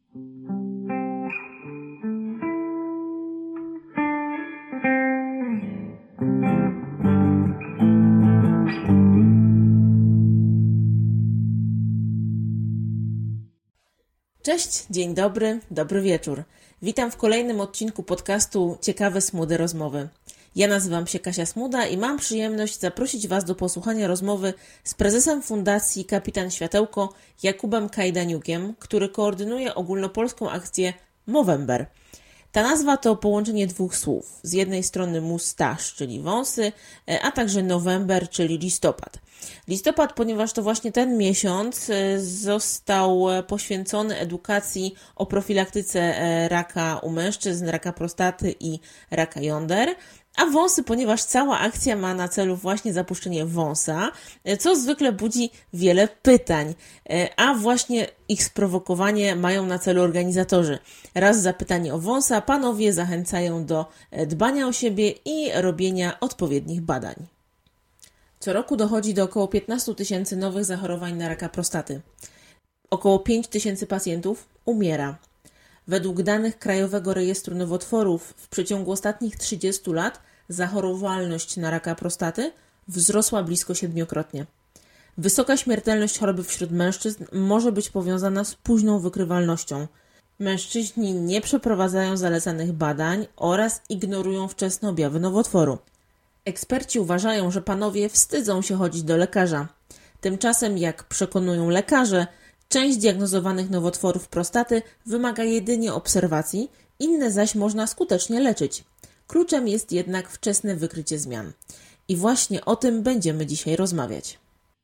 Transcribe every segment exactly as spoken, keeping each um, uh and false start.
Cześć, dzień dobry, dobry wieczór. Witam w kolejnym odcinku podcastu Ciekawe Smude Rozmowy. Ja nazywam się Kasia Smuda i mam przyjemność zaprosić Was do posłuchania rozmowy z prezesem Fundacji Kapitan Światełko Jakubem Kajdaniukiem, który koordynuje ogólnopolską akcję Movember. Ta nazwa to połączenie dwóch słów. Z jednej strony mustache, czyli wąsy, a także November, czyli listopad. Listopad, ponieważ to właśnie ten miesiąc został poświęcony edukacji o profilaktyce raka u mężczyzn, raka prostaty i raka jąder, a wąsy, ponieważ cała akcja ma na celu właśnie zapuszczenie wąsa, co zwykle budzi wiele pytań, a właśnie ich sprowokowanie mają na celu organizatorzy. Raz zapytani o wąsa, panowie zachęcają do dbania o siebie i robienia odpowiednich badań. Co roku dochodzi do około piętnaście tysięcy nowych zachorowań na raka prostaty. Około pięć tysięcy pacjentów umiera. Według danych Krajowego Rejestru Nowotworów w przeciągu ostatnich trzydziestu lat zachorowalność na raka prostaty wzrosła blisko siedmiokrotnie. Wysoka śmiertelność choroby wśród mężczyzn może być powiązana z późną wykrywalnością. Mężczyźni nie przeprowadzają zalecanych badań oraz ignorują wczesne objawy nowotworu. Eksperci uważają, że panowie wstydzą się chodzić do lekarza. Tymczasem, jak przekonują lekarze, część diagnozowanych nowotworów prostaty wymaga jedynie obserwacji, inne zaś można skutecznie leczyć. Kluczem jest jednak wczesne wykrycie zmian. I właśnie o tym będziemy dzisiaj rozmawiać.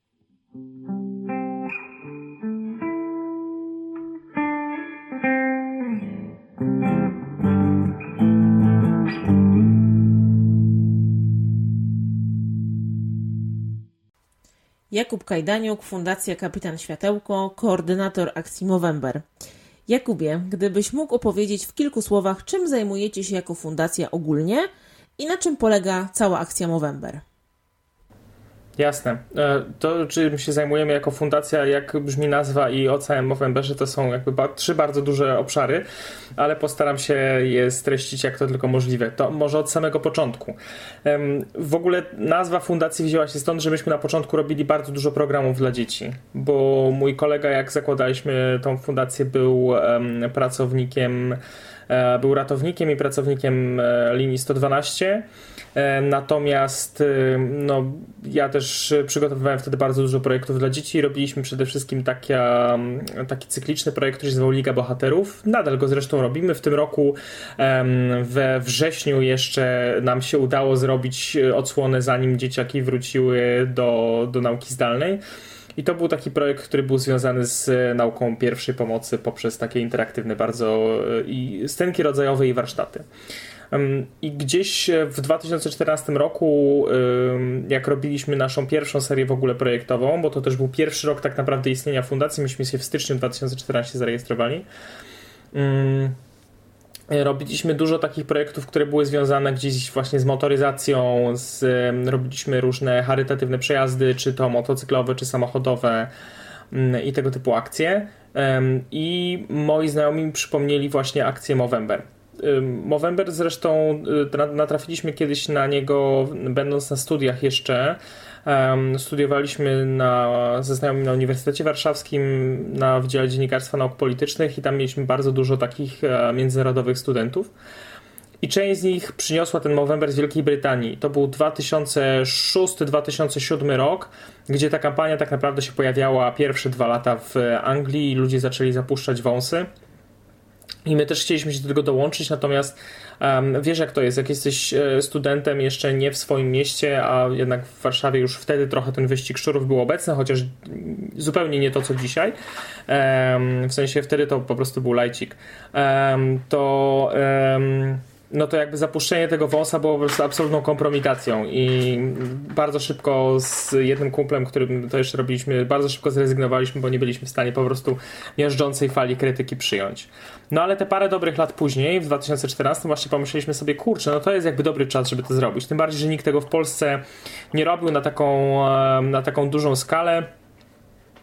Jakub Kajdaniuk, Fundacja Kapitan Światełko, koordynator akcji Movember. Jakubie, gdybyś mógł opowiedzieć w kilku słowach, czym zajmujecie się jako fundacja ogólnie i na czym polega cała akcja Movember? Jasne. To, czym się zajmujemy jako fundacja, jak brzmi nazwa i o całym Movemberze, to są jakby ba- trzy bardzo duże obszary, ale postaram się je streścić jak to tylko możliwe. To może od samego początku. W ogóle nazwa fundacji wzięła się stąd, że myśmy na początku robili bardzo dużo programów dla dzieci, bo mój kolega, jak zakładaliśmy tą fundację, był pracownikiem, był ratownikiem i pracownikiem linii sto dwanaście. Natomiast no, ja też przygotowywałem wtedy bardzo dużo projektów dla dzieci i robiliśmy przede wszystkim taka, taki cykliczny projekt, który się nazywał Liga Bohaterów. Nadal go zresztą robimy. W tym roku we wrześniu jeszcze nam się udało zrobić odsłonę, zanim dzieciaki wróciły do, do nauki zdalnej. I to był taki projekt, który był związany z nauką pierwszej pomocy poprzez takie interaktywne bardzo i scenki rodzajowe i warsztaty. I gdzieś w dwa tysiące czternastym roku, jak robiliśmy naszą pierwszą serię w ogóle projektową, bo to też był pierwszy rok tak naprawdę istnienia fundacji, myśmy się w styczniu dwa tysiące czternastego zarejestrowali, robiliśmy dużo takich projektów, które były związane gdzieś właśnie z motoryzacją, z, robiliśmy różne charytatywne przejazdy, czy to motocyklowe, czy samochodowe i tego typu akcje. I moi znajomi mi przypomnieli właśnie akcję Movember. Movember zresztą natrafiliśmy kiedyś na niego, będąc na studiach jeszcze. Studiowaliśmy na, ze znajomymi na Uniwersytecie Warszawskim na Wydziale Dziennikarstwa Nauk Politycznych i tam mieliśmy bardzo dużo takich międzynarodowych studentów. I część z nich przyniosła ten Movember z Wielkiej Brytanii. To był dwa tysiące szósty dwa tysiące siódmy rok, gdzie ta kampania tak naprawdę się pojawiała pierwsze dwa lata w Anglii i ludzie zaczęli zapuszczać wąsy. I my też chcieliśmy się do tego dołączyć, natomiast um, wiesz jak to jest, jak jesteś studentem jeszcze nie w swoim mieście, a jednak w Warszawie już wtedy trochę ten wyścig szczurów był obecny, chociaż zupełnie nie to co dzisiaj, um, w sensie wtedy to po prostu był lajcik, um, to... Um, no to jakby zapuszczenie tego wąsa było po prostu absolutną kompromitacją i bardzo szybko z jednym kumplem, którym to jeszcze robiliśmy, bardzo szybko zrezygnowaliśmy, bo nie byliśmy w stanie po prostu miażdżącej fali krytyki przyjąć. No ale te parę dobrych lat później, w dwa tysiące czternastym właśnie pomyśleliśmy sobie, kurczę, no to jest jakby dobry czas, żeby to zrobić. Tym bardziej, że nikt tego w Polsce nie robił na taką, na taką dużą skalę.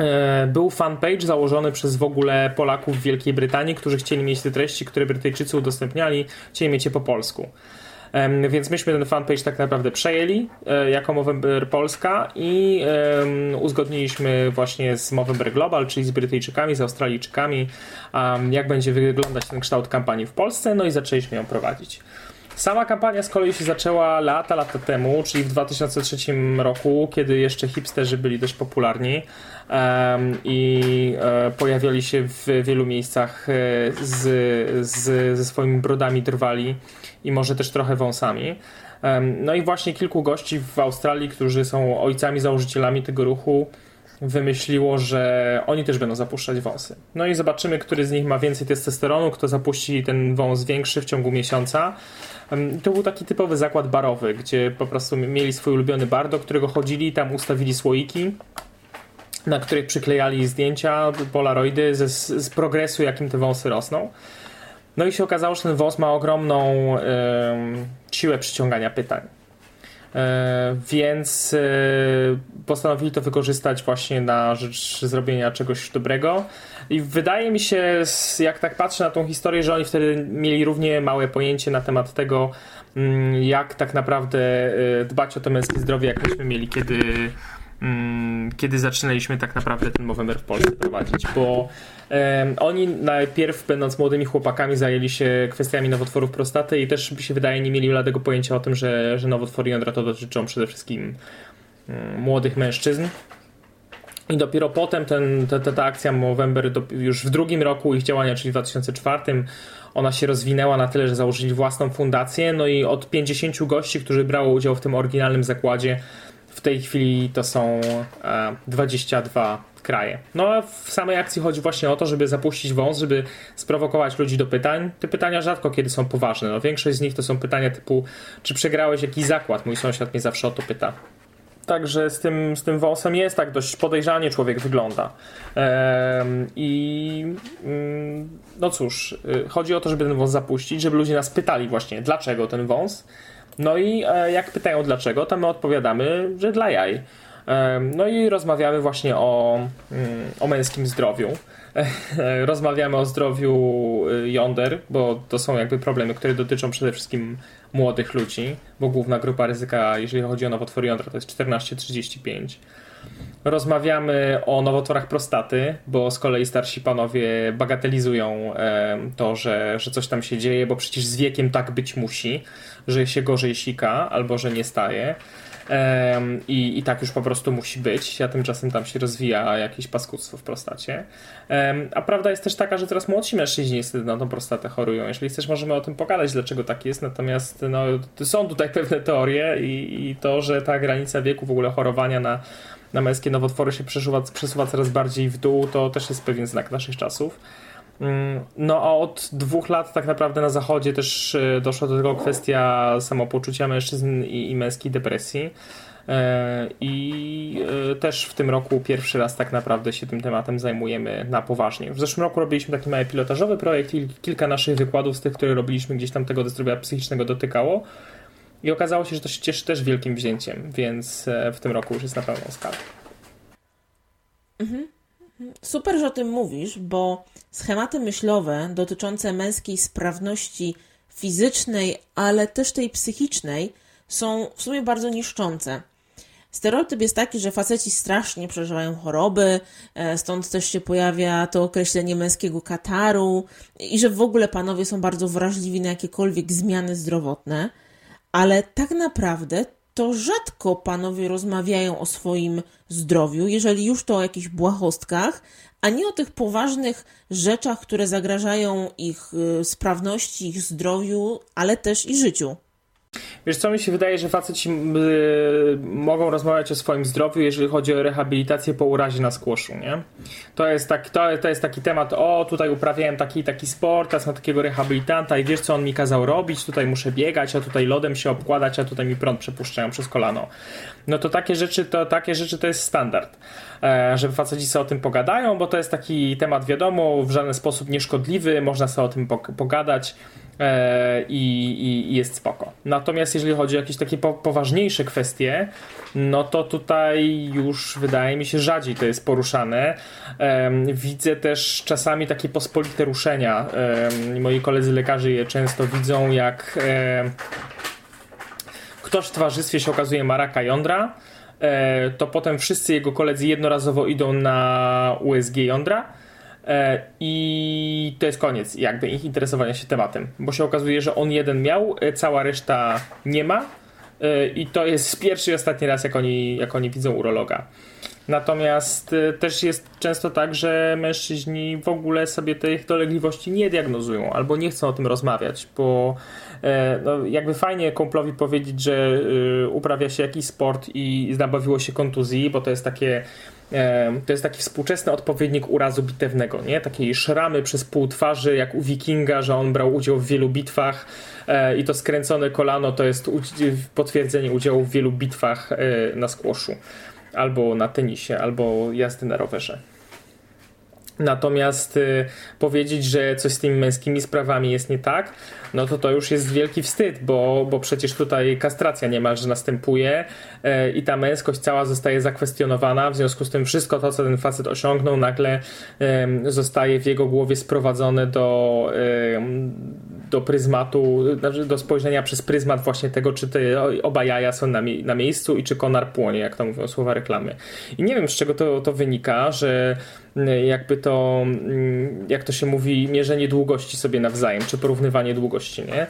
był fanpage założony przez w ogóle Polaków w Wielkiej Brytanii, którzy chcieli mieć te treści, które Brytyjczycy udostępniali, chcieli mieć je po polsku. Więc myśmy ten fanpage tak naprawdę przejęli jako Movember Polska i uzgodniliśmy właśnie z Movember Global, czyli z Brytyjczykami, z Australijczykami, jak będzie wyglądać ten kształt kampanii w Polsce, no i zaczęliśmy ją prowadzić. Sama kampania z kolei się zaczęła lata, lata temu, czyli w dwa tysiące trzecim roku, kiedy jeszcze hipsterzy byli dość popularni um, i e, pojawiali się w wielu miejscach e, z, z, ze swoimi brodami drwali i może też trochę wąsami. Um, no i właśnie kilku gości w Australii, którzy są ojcami, założycielami tego ruchu, wymyśliło, że oni też będą zapuszczać wąsy. No i zobaczymy, który z nich ma więcej testosteronu, kto zapuści ten wąs większy w ciągu miesiąca. To był taki typowy zakład barowy, gdzie po prostu mieli swój ulubiony bar, do którego chodzili, tam ustawili słoiki, na których przyklejali zdjęcia, polaroidy z, z progresu, jakim te wąsy rosną. No i się okazało, że ten wąs ma ogromną y, siłę przyciągania pytań. E, więc e, postanowili to wykorzystać właśnie na rzecz zrobienia czegoś dobrego i wydaje mi się, jak tak patrzę na tą historię, że oni wtedy mieli równie małe pojęcie na temat tego, jak tak naprawdę dbać o to męskie zdrowie, jak myśmy mieli, kiedy kiedy zaczynaliśmy tak naprawdę ten Movember w Polsce prowadzić, bo e, oni najpierw, będąc młodymi chłopakami, zajęli się kwestiami nowotworów prostaty i też mi się wydaje, nie mieli bladego pojęcia o tym, że, że nowotwory jądra to dotyczą przede wszystkim mm, młodych mężczyzn. I dopiero potem ten, ta, ta, ta akcja Movember do, już w drugim roku ich działania, czyli w dwa tysiące czwartym, ona się rozwinęła na tyle, że założyli własną fundację, no i od pięćdziesięciu gości, którzy brało udział w tym oryginalnym zakładzie, w tej chwili to są e, dwadzieścia dwa kraje. No a w samej akcji chodzi właśnie o to, żeby zapuścić wąs, żeby sprowokować ludzi do pytań. Te pytania rzadko kiedy są poważne. No, większość z nich to są pytania typu, czy przegrałeś jakiś zakład? Mój sąsiad mnie zawsze o to pyta. Także z tym, z tym wąsem jest tak dość podejrzanie człowiek wygląda. Ehm, I mm, no cóż, chodzi o to, żeby ten wąs zapuścić, żeby ludzie nas pytali właśnie, dlaczego ten wąs. No i e, jak pytają dlaczego, to my odpowiadamy, że dla jaj. E, no i rozmawiamy właśnie o, mm, o męskim zdrowiu. E, rozmawiamy o zdrowiu jąder, bo to są jakby problemy, które dotyczą przede wszystkim młodych ludzi, bo główna grupa ryzyka, jeżeli chodzi o nowotwory jądra, to jest czternaście trzydzieści pięć. Rozmawiamy o nowotworach prostaty, bo z kolei starsi panowie bagatelizują e, to, że, że coś tam się dzieje, bo przecież z wiekiem tak być musi, że się gorzej sika albo że nie staje. E, i, I tak już po prostu musi być, a tymczasem tam się rozwija jakieś paskudztwo w prostacie. E, a prawda jest też taka, że teraz młodsi mężczyźni niestety na tą prostatę chorują. Jeżeli chcesz, możemy o tym pogadać, dlaczego tak jest, natomiast no, są tutaj pewne teorie i, i to, że ta granica wieku w ogóle chorowania na na męskie nowotwory się przesuwa, przesuwa coraz bardziej w dół, to też jest pewien znak naszych czasów. No a od dwóch lat tak naprawdę na zachodzie też doszła do tego kwestia samopoczucia mężczyzn i, i męskiej depresji. I też w tym roku pierwszy raz tak naprawdę się tym tematem zajmujemy na poważnie. W zeszłym roku robiliśmy taki mały pilotażowy projekt i kilka naszych wykładów z tych, które robiliśmy, gdzieś tam tego zdrowia psychicznego dotykało. I okazało się, że to się cieszy też wielkim wzięciem, więc w tym roku już jest na pełną skalę. Mhm. Super, że o tym mówisz, bo schematy myślowe dotyczące męskiej sprawności fizycznej, ale też tej psychicznej są w sumie bardzo niszczące. Stereotyp jest taki, że faceci strasznie przeżywają choroby, stąd też się pojawia to określenie męskiego kataru i że w ogóle panowie są bardzo wrażliwi na jakiekolwiek zmiany zdrowotne. Ale tak naprawdę to rzadko panowie rozmawiają o swoim zdrowiu, jeżeli już to o jakichś błahostkach, a nie o tych poważnych rzeczach, które zagrażają ich sprawności, ich zdrowiu, ale też i życiu. Wiesz co, mi się wydaje, że faceci yy, mogą rozmawiać o swoim zdrowiu, jeżeli chodzi o rehabilitację po urazie na squashu, nie? To jest, tak, to, to jest taki temat, o tutaj uprawiałem taki taki sport, teraz mam takiego rehabilitanta i wiesz co on mi kazał robić, tutaj muszę biegać, a tutaj lodem się obkładać, a tutaj mi prąd przepuszczają przez kolano. No to takie rzeczy to, takie rzeczy to jest standard, e, żeby faceci sobie o tym pogadają, bo to jest taki temat wiadomo, w żaden sposób nieszkodliwy, można sobie o tym pogadać. i, i jest spoko. Natomiast jeżeli chodzi o jakieś takie po, poważniejsze kwestie, no to tutaj już wydaje mi się rzadziej to jest poruszane. Widzę też czasami takie pospolite ruszenia. Moi koledzy lekarze je często widzą, jak ktoś w towarzystwie się okazuje ma raka jądra, to potem wszyscy jego koledzy jednorazowo idą na U S G jądra i to jest koniec jakby ich interesowania się tematem, bo się okazuje, że on jeden miał, cała reszta nie ma i to jest pierwszy i ostatni raz, jak oni, jak oni widzą urologa. Natomiast też jest często tak, że mężczyźni w ogóle sobie tych dolegliwości nie diagnozują albo nie chcą o tym rozmawiać, bo no, jakby fajnie kumplowi powiedzieć, że uprawia się jakiś sport i nabawiło się kontuzji, bo to jest takie to jest taki współczesny odpowiednik urazu bitewnego, nie? Takiej szramy przez pół twarzy, jak u Wikinga, że on brał udział w wielu bitwach i to skręcone kolano to jest potwierdzenie udziału w wielu bitwach na squashu, albo na tenisie, albo jazdy na rowerze. Natomiast y, powiedzieć, że coś z tymi męskimi sprawami jest nie tak, no to to już jest wielki wstyd, bo, bo przecież tutaj kastracja niemalże następuje y, i ta męskość cała zostaje zakwestionowana, w związku z tym wszystko to, co ten facet osiągnął, nagle y, zostaje w jego głowie sprowadzone do, y, do pryzmatu, do spojrzenia przez pryzmat właśnie tego, czy te oba jaja są na, mie- na miejscu i czy konar płonie, jak to mówią słowa reklamy. I nie wiem, z czego to, to wynika, że jakby to, jak to się mówi, mierzenie długości sobie nawzajem, czy porównywanie długości, nie?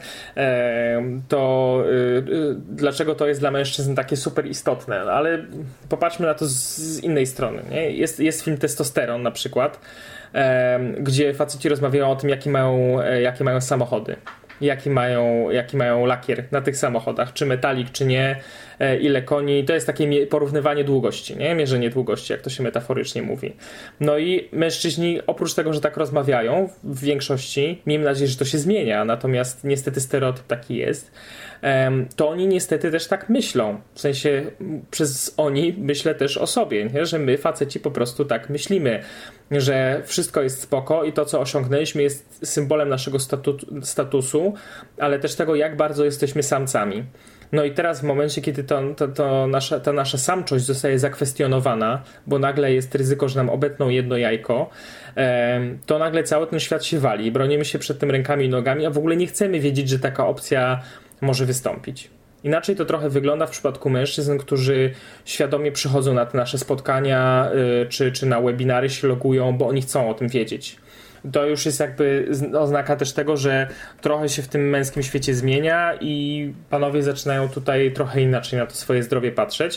To dlaczego to jest dla mężczyzn takie super istotne? Ale popatrzmy na to z innej strony, nie? Jest, jest film Testosteron na przykład, gdzie faceci rozmawiają o tym, jakie mają, jakie mają samochody. Jaki mają, jaki mają lakier na tych samochodach, czy metalik, czy nie, ile koni. To jest takie porównywanie długości, nie? Mierzenie długości, jak to się metaforycznie mówi. No i mężczyźni, oprócz tego, że tak rozmawiają w większości, miejmy nadzieję, że to się zmienia, natomiast niestety stereotyp taki jest, to oni niestety też tak myślą. W sensie przez oni myślę też o sobie, nie? Że my faceci po prostu tak myślimy, że wszystko jest spoko i to, co osiągnęliśmy, jest symbolem naszego statu- statusu, ale też tego, jak bardzo jesteśmy samcami. No i teraz w momencie, kiedy to, to, to nasza, ta nasza samczość zostaje zakwestionowana, bo nagle jest ryzyko, że nam obetną jedno jajko, to nagle cały ten świat się wali. Bronimy się przed tym rękami i nogami, a w ogóle nie chcemy wiedzieć, że taka opcja może wystąpić. Inaczej to trochę wygląda w przypadku mężczyzn, którzy świadomie przychodzą na te nasze spotkania czy, czy na webinary się logują, bo oni chcą o tym wiedzieć. To już jest jakby oznaka też tego, że trochę się w tym męskim świecie zmienia i panowie zaczynają tutaj trochę inaczej na to swoje zdrowie patrzeć.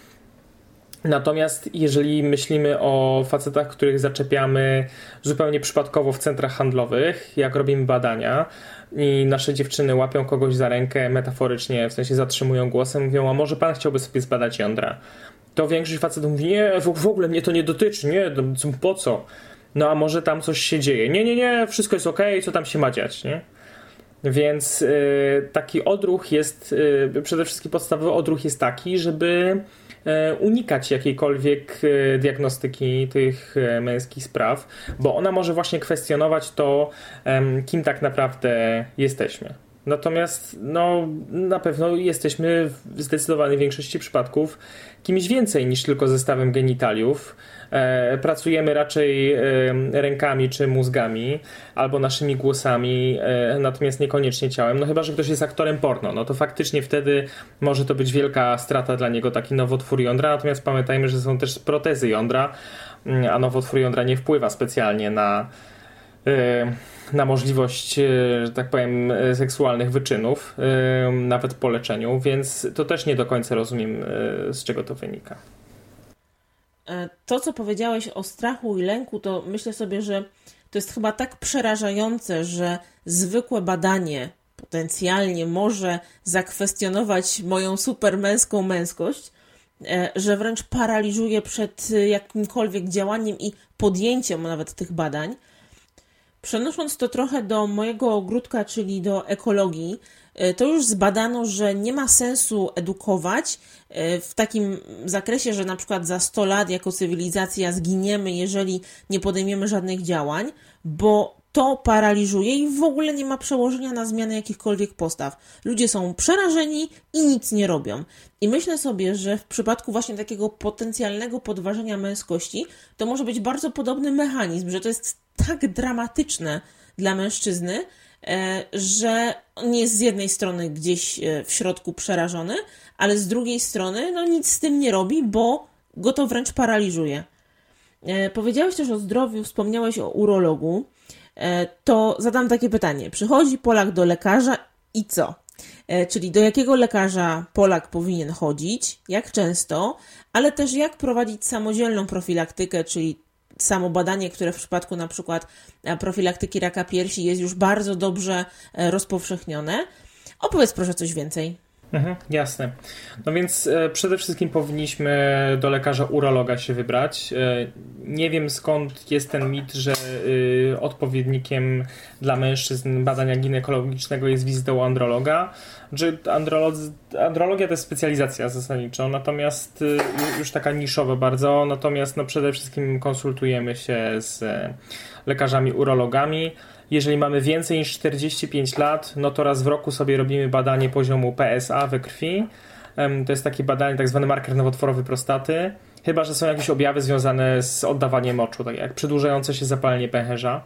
Natomiast jeżeli myślimy o facetach, których zaczepiamy zupełnie przypadkowo w centrach handlowych, jak robimy badania i nasze dziewczyny łapią kogoś za rękę metaforycznie, w sensie zatrzymują głosem, mówią, a może pan chciałby sobie zbadać jądra? To większość facetów mówi, nie, w ogóle mnie to nie dotyczy, nie, po co? No a może tam coś się dzieje? Nie, nie, nie, wszystko jest okej, co tam się ma dziać, nie? Więc y, taki odruch jest, y, przede wszystkim podstawowy odruch jest taki, żeby y, unikać jakiejkolwiek y, diagnostyki tych y, męskich spraw, bo ona może właśnie kwestionować to, y, kim tak naprawdę jesteśmy. Natomiast no, na pewno jesteśmy w zdecydowanej większości przypadków kimś więcej niż tylko zestawem genitaliów. E, pracujemy raczej e, rękami czy mózgami albo naszymi głosami, e, natomiast niekoniecznie ciałem. No chyba, że ktoś jest aktorem porno, no to faktycznie wtedy może to być wielka strata dla niego, taki nowotwór jądra, natomiast pamiętajmy, że są też protezy jądra, a nowotwór jądra nie wpływa specjalnie na na możliwość, że tak powiem, seksualnych wyczynów, nawet po leczeniu, więc to też nie do końca rozumiem, z czego to wynika. To, co powiedziałeś o strachu i lęku, to myślę sobie, że to jest chyba tak przerażające, że zwykłe badanie potencjalnie może zakwestionować moją supermęską męskość, że wręcz paraliżuje przed jakimkolwiek działaniem i podjęciem nawet tych badań. Przenosząc to trochę do mojego ogródka, czyli do ekologii, to już zbadano, że nie ma sensu edukować w takim zakresie, że na przykład za sto lat jako cywilizacja zginiemy, jeżeli nie podejmiemy żadnych działań, bo to paraliżuje i w ogóle nie ma przełożenia na zmianę jakichkolwiek postaw. Ludzie są przerażeni i nic nie robią. I myślę sobie, że w przypadku właśnie takiego potencjalnego podważenia męskości to może być bardzo podobny mechanizm, że to jest tak dramatyczne dla mężczyzny, że on jest z jednej strony gdzieś w środku przerażony, ale z drugiej strony no nic z tym nie robi, bo go to wręcz paraliżuje. Powiedziałeś też o zdrowiu, wspomniałeś o urologu. To zadam takie pytanie. Przychodzi Polak do lekarza i co? Czyli do jakiego lekarza Polak powinien chodzić, jak często, ale też jak prowadzić samodzielną profilaktykę, czyli samo badanie, które w przypadku na przykład profilaktyki raka piersi jest już bardzo dobrze rozpowszechnione. Opowiedz proszę coś więcej. Mhm, jasne. No więc e, przede wszystkim powinniśmy do lekarza urologa się wybrać. E, nie wiem skąd jest ten mit, że e, odpowiednikiem dla mężczyzn badania ginekologicznego jest wizyta u androloga. Że androlodzy, andrologia to jest specjalizacja zasadniczo, natomiast e, już taka niszowa bardzo, natomiast no, przede wszystkim konsultujemy się z e, lekarzami urologami. Jeżeli mamy więcej niż czterdzieści pięć lat, no to raz w roku sobie robimy badanie poziomu P S A we krwi. To jest takie badanie, tak zwany marker nowotworowy prostaty. Chyba że są jakieś objawy związane z oddawaniem moczu, tak jak przedłużające się zapalenie pęcherza.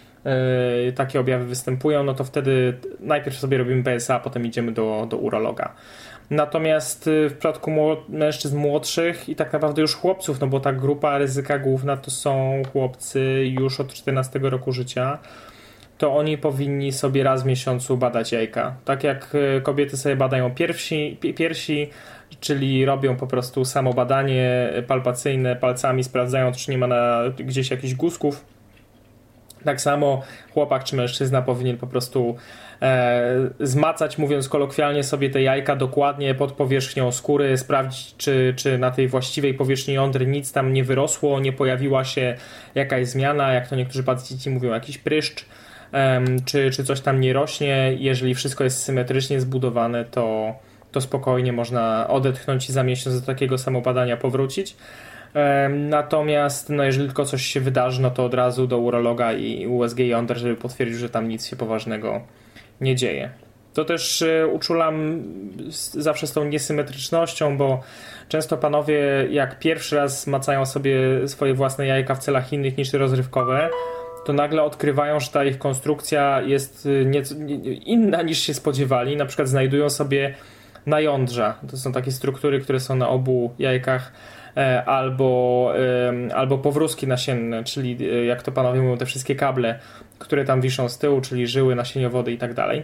Yy, takie objawy występują, no to wtedy najpierw sobie robimy P S A, a potem idziemy do, do urologa. Natomiast w przypadku mężczyzn młodszych i tak naprawdę już chłopców, no bo ta grupa ryzyka główna to są chłopcy już od czternastego roku życia, to oni powinni sobie raz w miesiącu badać jajka. Tak jak kobiety sobie badają piersi, piersi, czyli robią po prostu samo badanie palpacyjne palcami, sprawdzają, czy nie ma na gdzieś jakichś guzków. Tak samo chłopak czy mężczyzna powinien po prostu e, zmacać, mówiąc kolokwialnie, sobie te jajka dokładnie pod powierzchnią skóry, sprawdzić, czy, czy na tej właściwej powierzchni jąder nic tam nie wyrosło, nie pojawiła się jakaś zmiana, jak to niektórzy pacjenci mówią, jakiś pryszcz, e, czy, czy coś tam nie rośnie. Jeżeli wszystko jest symetrycznie zbudowane, to, to spokojnie można odetchnąć i za miesiąc do takiego samobadania powrócić. Natomiast no jeżeli tylko coś się wydarzy, no to od razu do urologa i U S G jąder, żeby potwierdzić, że tam nic się poważnego nie dzieje. To też uczulam zawsze z tą niesymetrycznością, bo często panowie jak pierwszy raz macają sobie swoje własne jajka w celach innych niż rozrywkowe, to nagle odkrywają, że ta ich konstrukcja jest nieco inna niż się spodziewali. Na przykład znajdują sobie najądrza. To są takie struktury, które są na obu jajkach, albo, albo powrózki nasienne, czyli jak to panowie mówią, te wszystkie kable, które tam wiszą z tyłu, czyli żyły, nasieniowody i tak dalej.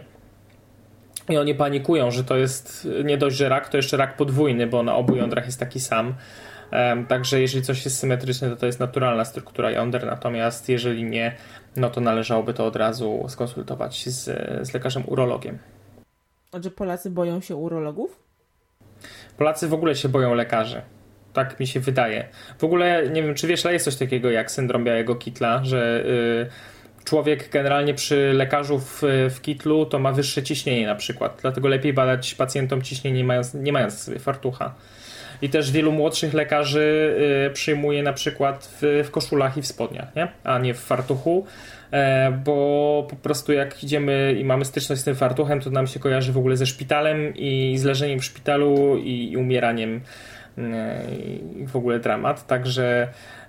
I oni panikują, że to jest nie dość, że rak, to jeszcze rak podwójny, bo na obu jądrach jest taki sam. Także jeżeli coś jest symetryczne, to to jest naturalna struktura jąder, natomiast jeżeli nie, no to należałoby to od razu skonsultować z, z lekarzem urologiem. A czy Polacy boją się urologów? Polacy w ogóle się boją lekarzy. Tak mi się wydaje. W ogóle nie wiem, czy wiesz, ale jest coś takiego jak syndrom białego kitla, że y, człowiek generalnie przy lekarzu w, w kitlu to ma wyższe ciśnienie na przykład. Dlatego lepiej badać pacjentom ciśnienie nie mając, nie mając sobie fartucha. I też wielu młodszych lekarzy y, przyjmuje na przykład w, w koszulach i w spodniach, nie? A nie w fartuchu, e, bo po prostu jak idziemy i mamy styczność z tym fartuchem, to nam się kojarzy w ogóle ze szpitalem i z leżeniem w szpitalu i, i umieraniem i w ogóle dramat, także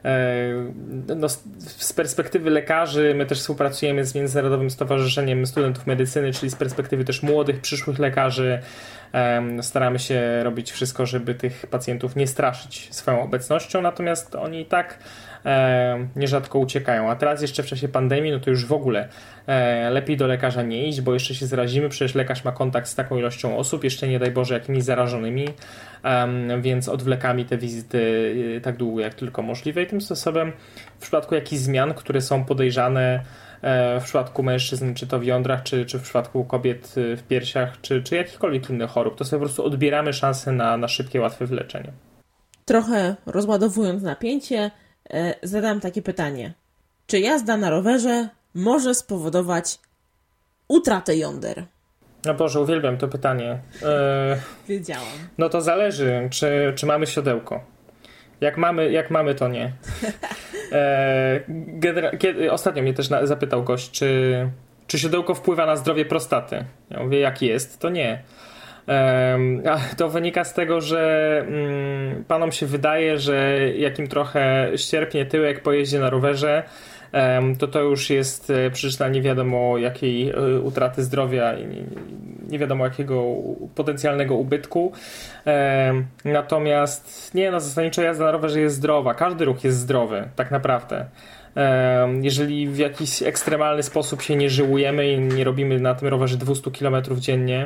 no, z perspektywy lekarzy my też współpracujemy z Międzynarodowym Stowarzyszeniem Studentów Medycyny, czyli z perspektywy też młodych, przyszłych lekarzy staramy się robić wszystko, żeby tych pacjentów nie straszyć swoją obecnością, natomiast oni i tak nierzadko uciekają, a teraz jeszcze w czasie pandemii, no to już w ogóle lepiej do lekarza nie iść, bo jeszcze się zarazimy, przecież lekarz ma kontakt z taką ilością osób, jeszcze nie daj Boże jakimiś zarażonymi, więc odwlekamy te wizyty tak długo jak tylko możliwe i tym sposobem w przypadku jakichś zmian, które są podejrzane w przypadku mężczyzn, czy to w jądrach, czy, czy w przypadku kobiet w piersiach, czy, czy jakichkolwiek innych chorób, to sobie po prostu odbieramy szansę na, na szybkie, łatwe wyleczenie. Trochę rozładowując napięcie, zadam takie pytanie. Czy jazda na rowerze może spowodować utratę jąder? No Boże, uwielbiam to pytanie. Yy, Wiedziałam. No to zależy, czy, czy mamy siodełko. Jak mamy, jak mamy to nie. E, genera- kiedy, ostatnio mnie też na, zapytał gość, czy, czy siodełko wpływa na zdrowie prostaty. Ja mówię, jak jest, to nie. E, a to wynika z tego, że mm, panom się wydaje, że jak im trochę ścierpnie tyłek po jeździe na rowerze, to to już jest przyczyna nie wiadomo jakiej utraty zdrowia i nie wiadomo jakiego potencjalnego ubytku. Natomiast nie, no zasadniczo jazda na rowerze jest zdrowa. Każdy ruch jest zdrowy, tak naprawdę. Jeżeli w jakiś ekstremalny sposób się nie żyłujemy i nie robimy na tym rowerze dwieście kilometrów dziennie,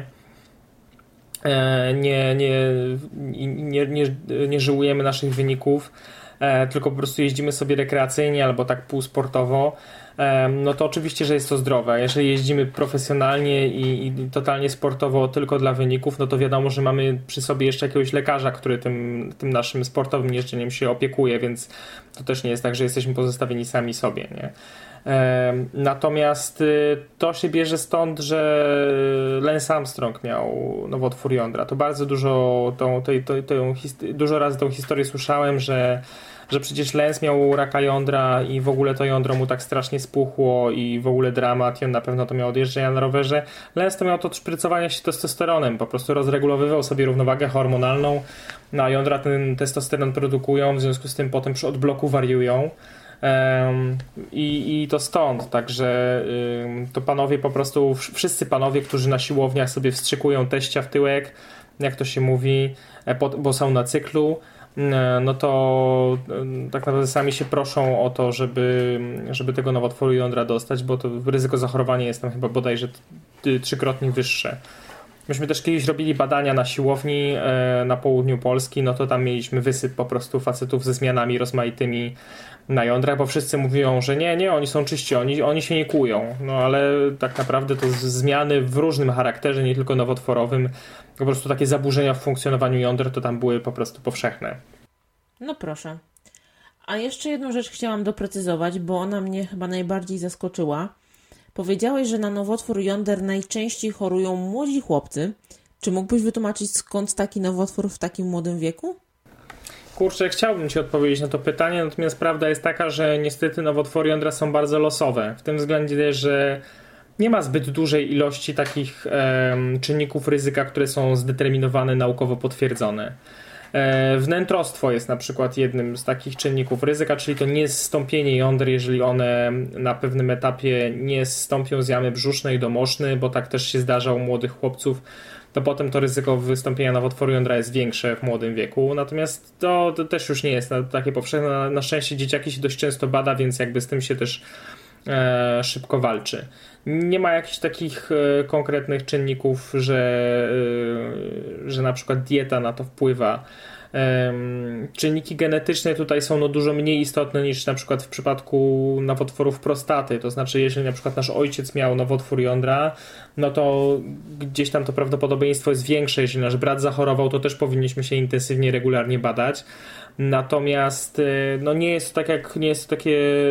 nie, nie, nie, nie, nie żyłujemy naszych wyników, tylko po prostu jeździmy sobie rekreacyjnie albo tak półsportowo, no to oczywiście, że jest to zdrowe. Jeżeli jeździmy profesjonalnie i, i totalnie sportowo tylko dla wyników, no to wiadomo, że mamy przy sobie jeszcze jakiegoś lekarza, który tym, tym naszym sportowym jeżdżeniem się opiekuje, więc to też nie jest tak, że jesteśmy pozostawieni sami sobie, nie? Natomiast to się bierze stąd, że Lance Armstrong miał nowotwór jądra. To bardzo dużo tą, tej, tej, tej, dużo razy tą historię słyszałem, że, że przecież Lance miał raka jądra i w ogóle to jądro mu tak strasznie spuchło i w ogóle dramat i on na pewno to miał od jeżdżenia na rowerze. Lance to miał to szprycowanie się testosteronem, po prostu rozregulowywał sobie równowagę hormonalną, no a jądra ten testosteron produkują, w związku z tym potem przy odbloku wariują. Um, i, i to stąd, także um, to panowie po prostu, wszyscy panowie, którzy na siłowniach sobie wstrzykują teścia w tyłek, jak to się mówi, po, bo są na cyklu, no to um, tak naprawdę sami się proszą o to, żeby, żeby tego nowotworu jądra dostać, bo to ryzyko zachorowania jest tam chyba bodajże trzykrotnie wyższe. Myśmy też kiedyś robili badania na siłowni e, na południu Polski, no to tam mieliśmy wysyp po prostu facetów ze zmianami rozmaitymi na jądrach, bo wszyscy mówią, że nie, nie, oni są czyści, oni, oni się nie kłują. No ale tak naprawdę to zmiany w różnym charakterze, nie tylko nowotworowym, po prostu takie zaburzenia w funkcjonowaniu jąder to tam były po prostu powszechne. No proszę. A jeszcze jedną rzecz chciałam doprecyzować, bo ona mnie chyba najbardziej zaskoczyła. Powiedziałeś, że na nowotwór jąder najczęściej chorują młodzi chłopcy. Czy mógłbyś wytłumaczyć, skąd taki nowotwór w takim młodym wieku? Kurczę, chciałbym Ci odpowiedzieć na to pytanie, natomiast prawda jest taka, że niestety nowotwory jądra są bardzo losowe. W tym względzie, że nie ma zbyt dużej ilości takich e, czynników ryzyka, które są zdeterminowane, naukowo potwierdzone. E, wnętrostwo jest na przykład jednym z takich czynników ryzyka, czyli to niezstąpienie jąder, jeżeli one na pewnym etapie nie zstąpią z jamy brzusznej do moszny, bo tak też się zdarza u młodych chłopców, to potem to ryzyko wystąpienia nowotworu jądra jest większe w młodym wieku. Natomiast to, to też już nie jest takie powszechne. Na, na szczęście dzieciaki się dość często bada, więc jakby z tym się też e, szybko walczy. Nie ma jakichś takich e, konkretnych czynników, że, e, że na przykład dieta na to wpływa. Um, czynniki genetyczne tutaj są no dużo mniej istotne niż na przykład w przypadku nowotworów prostaty, to znaczy jeżeli na przykład nasz ojciec miał nowotwór jądra, no to gdzieś tam to prawdopodobieństwo jest większe, jeżeli nasz brat zachorował, to też powinniśmy się intensywnie, regularnie badać. Natomiast no nie jest to tak jak nie jest to takie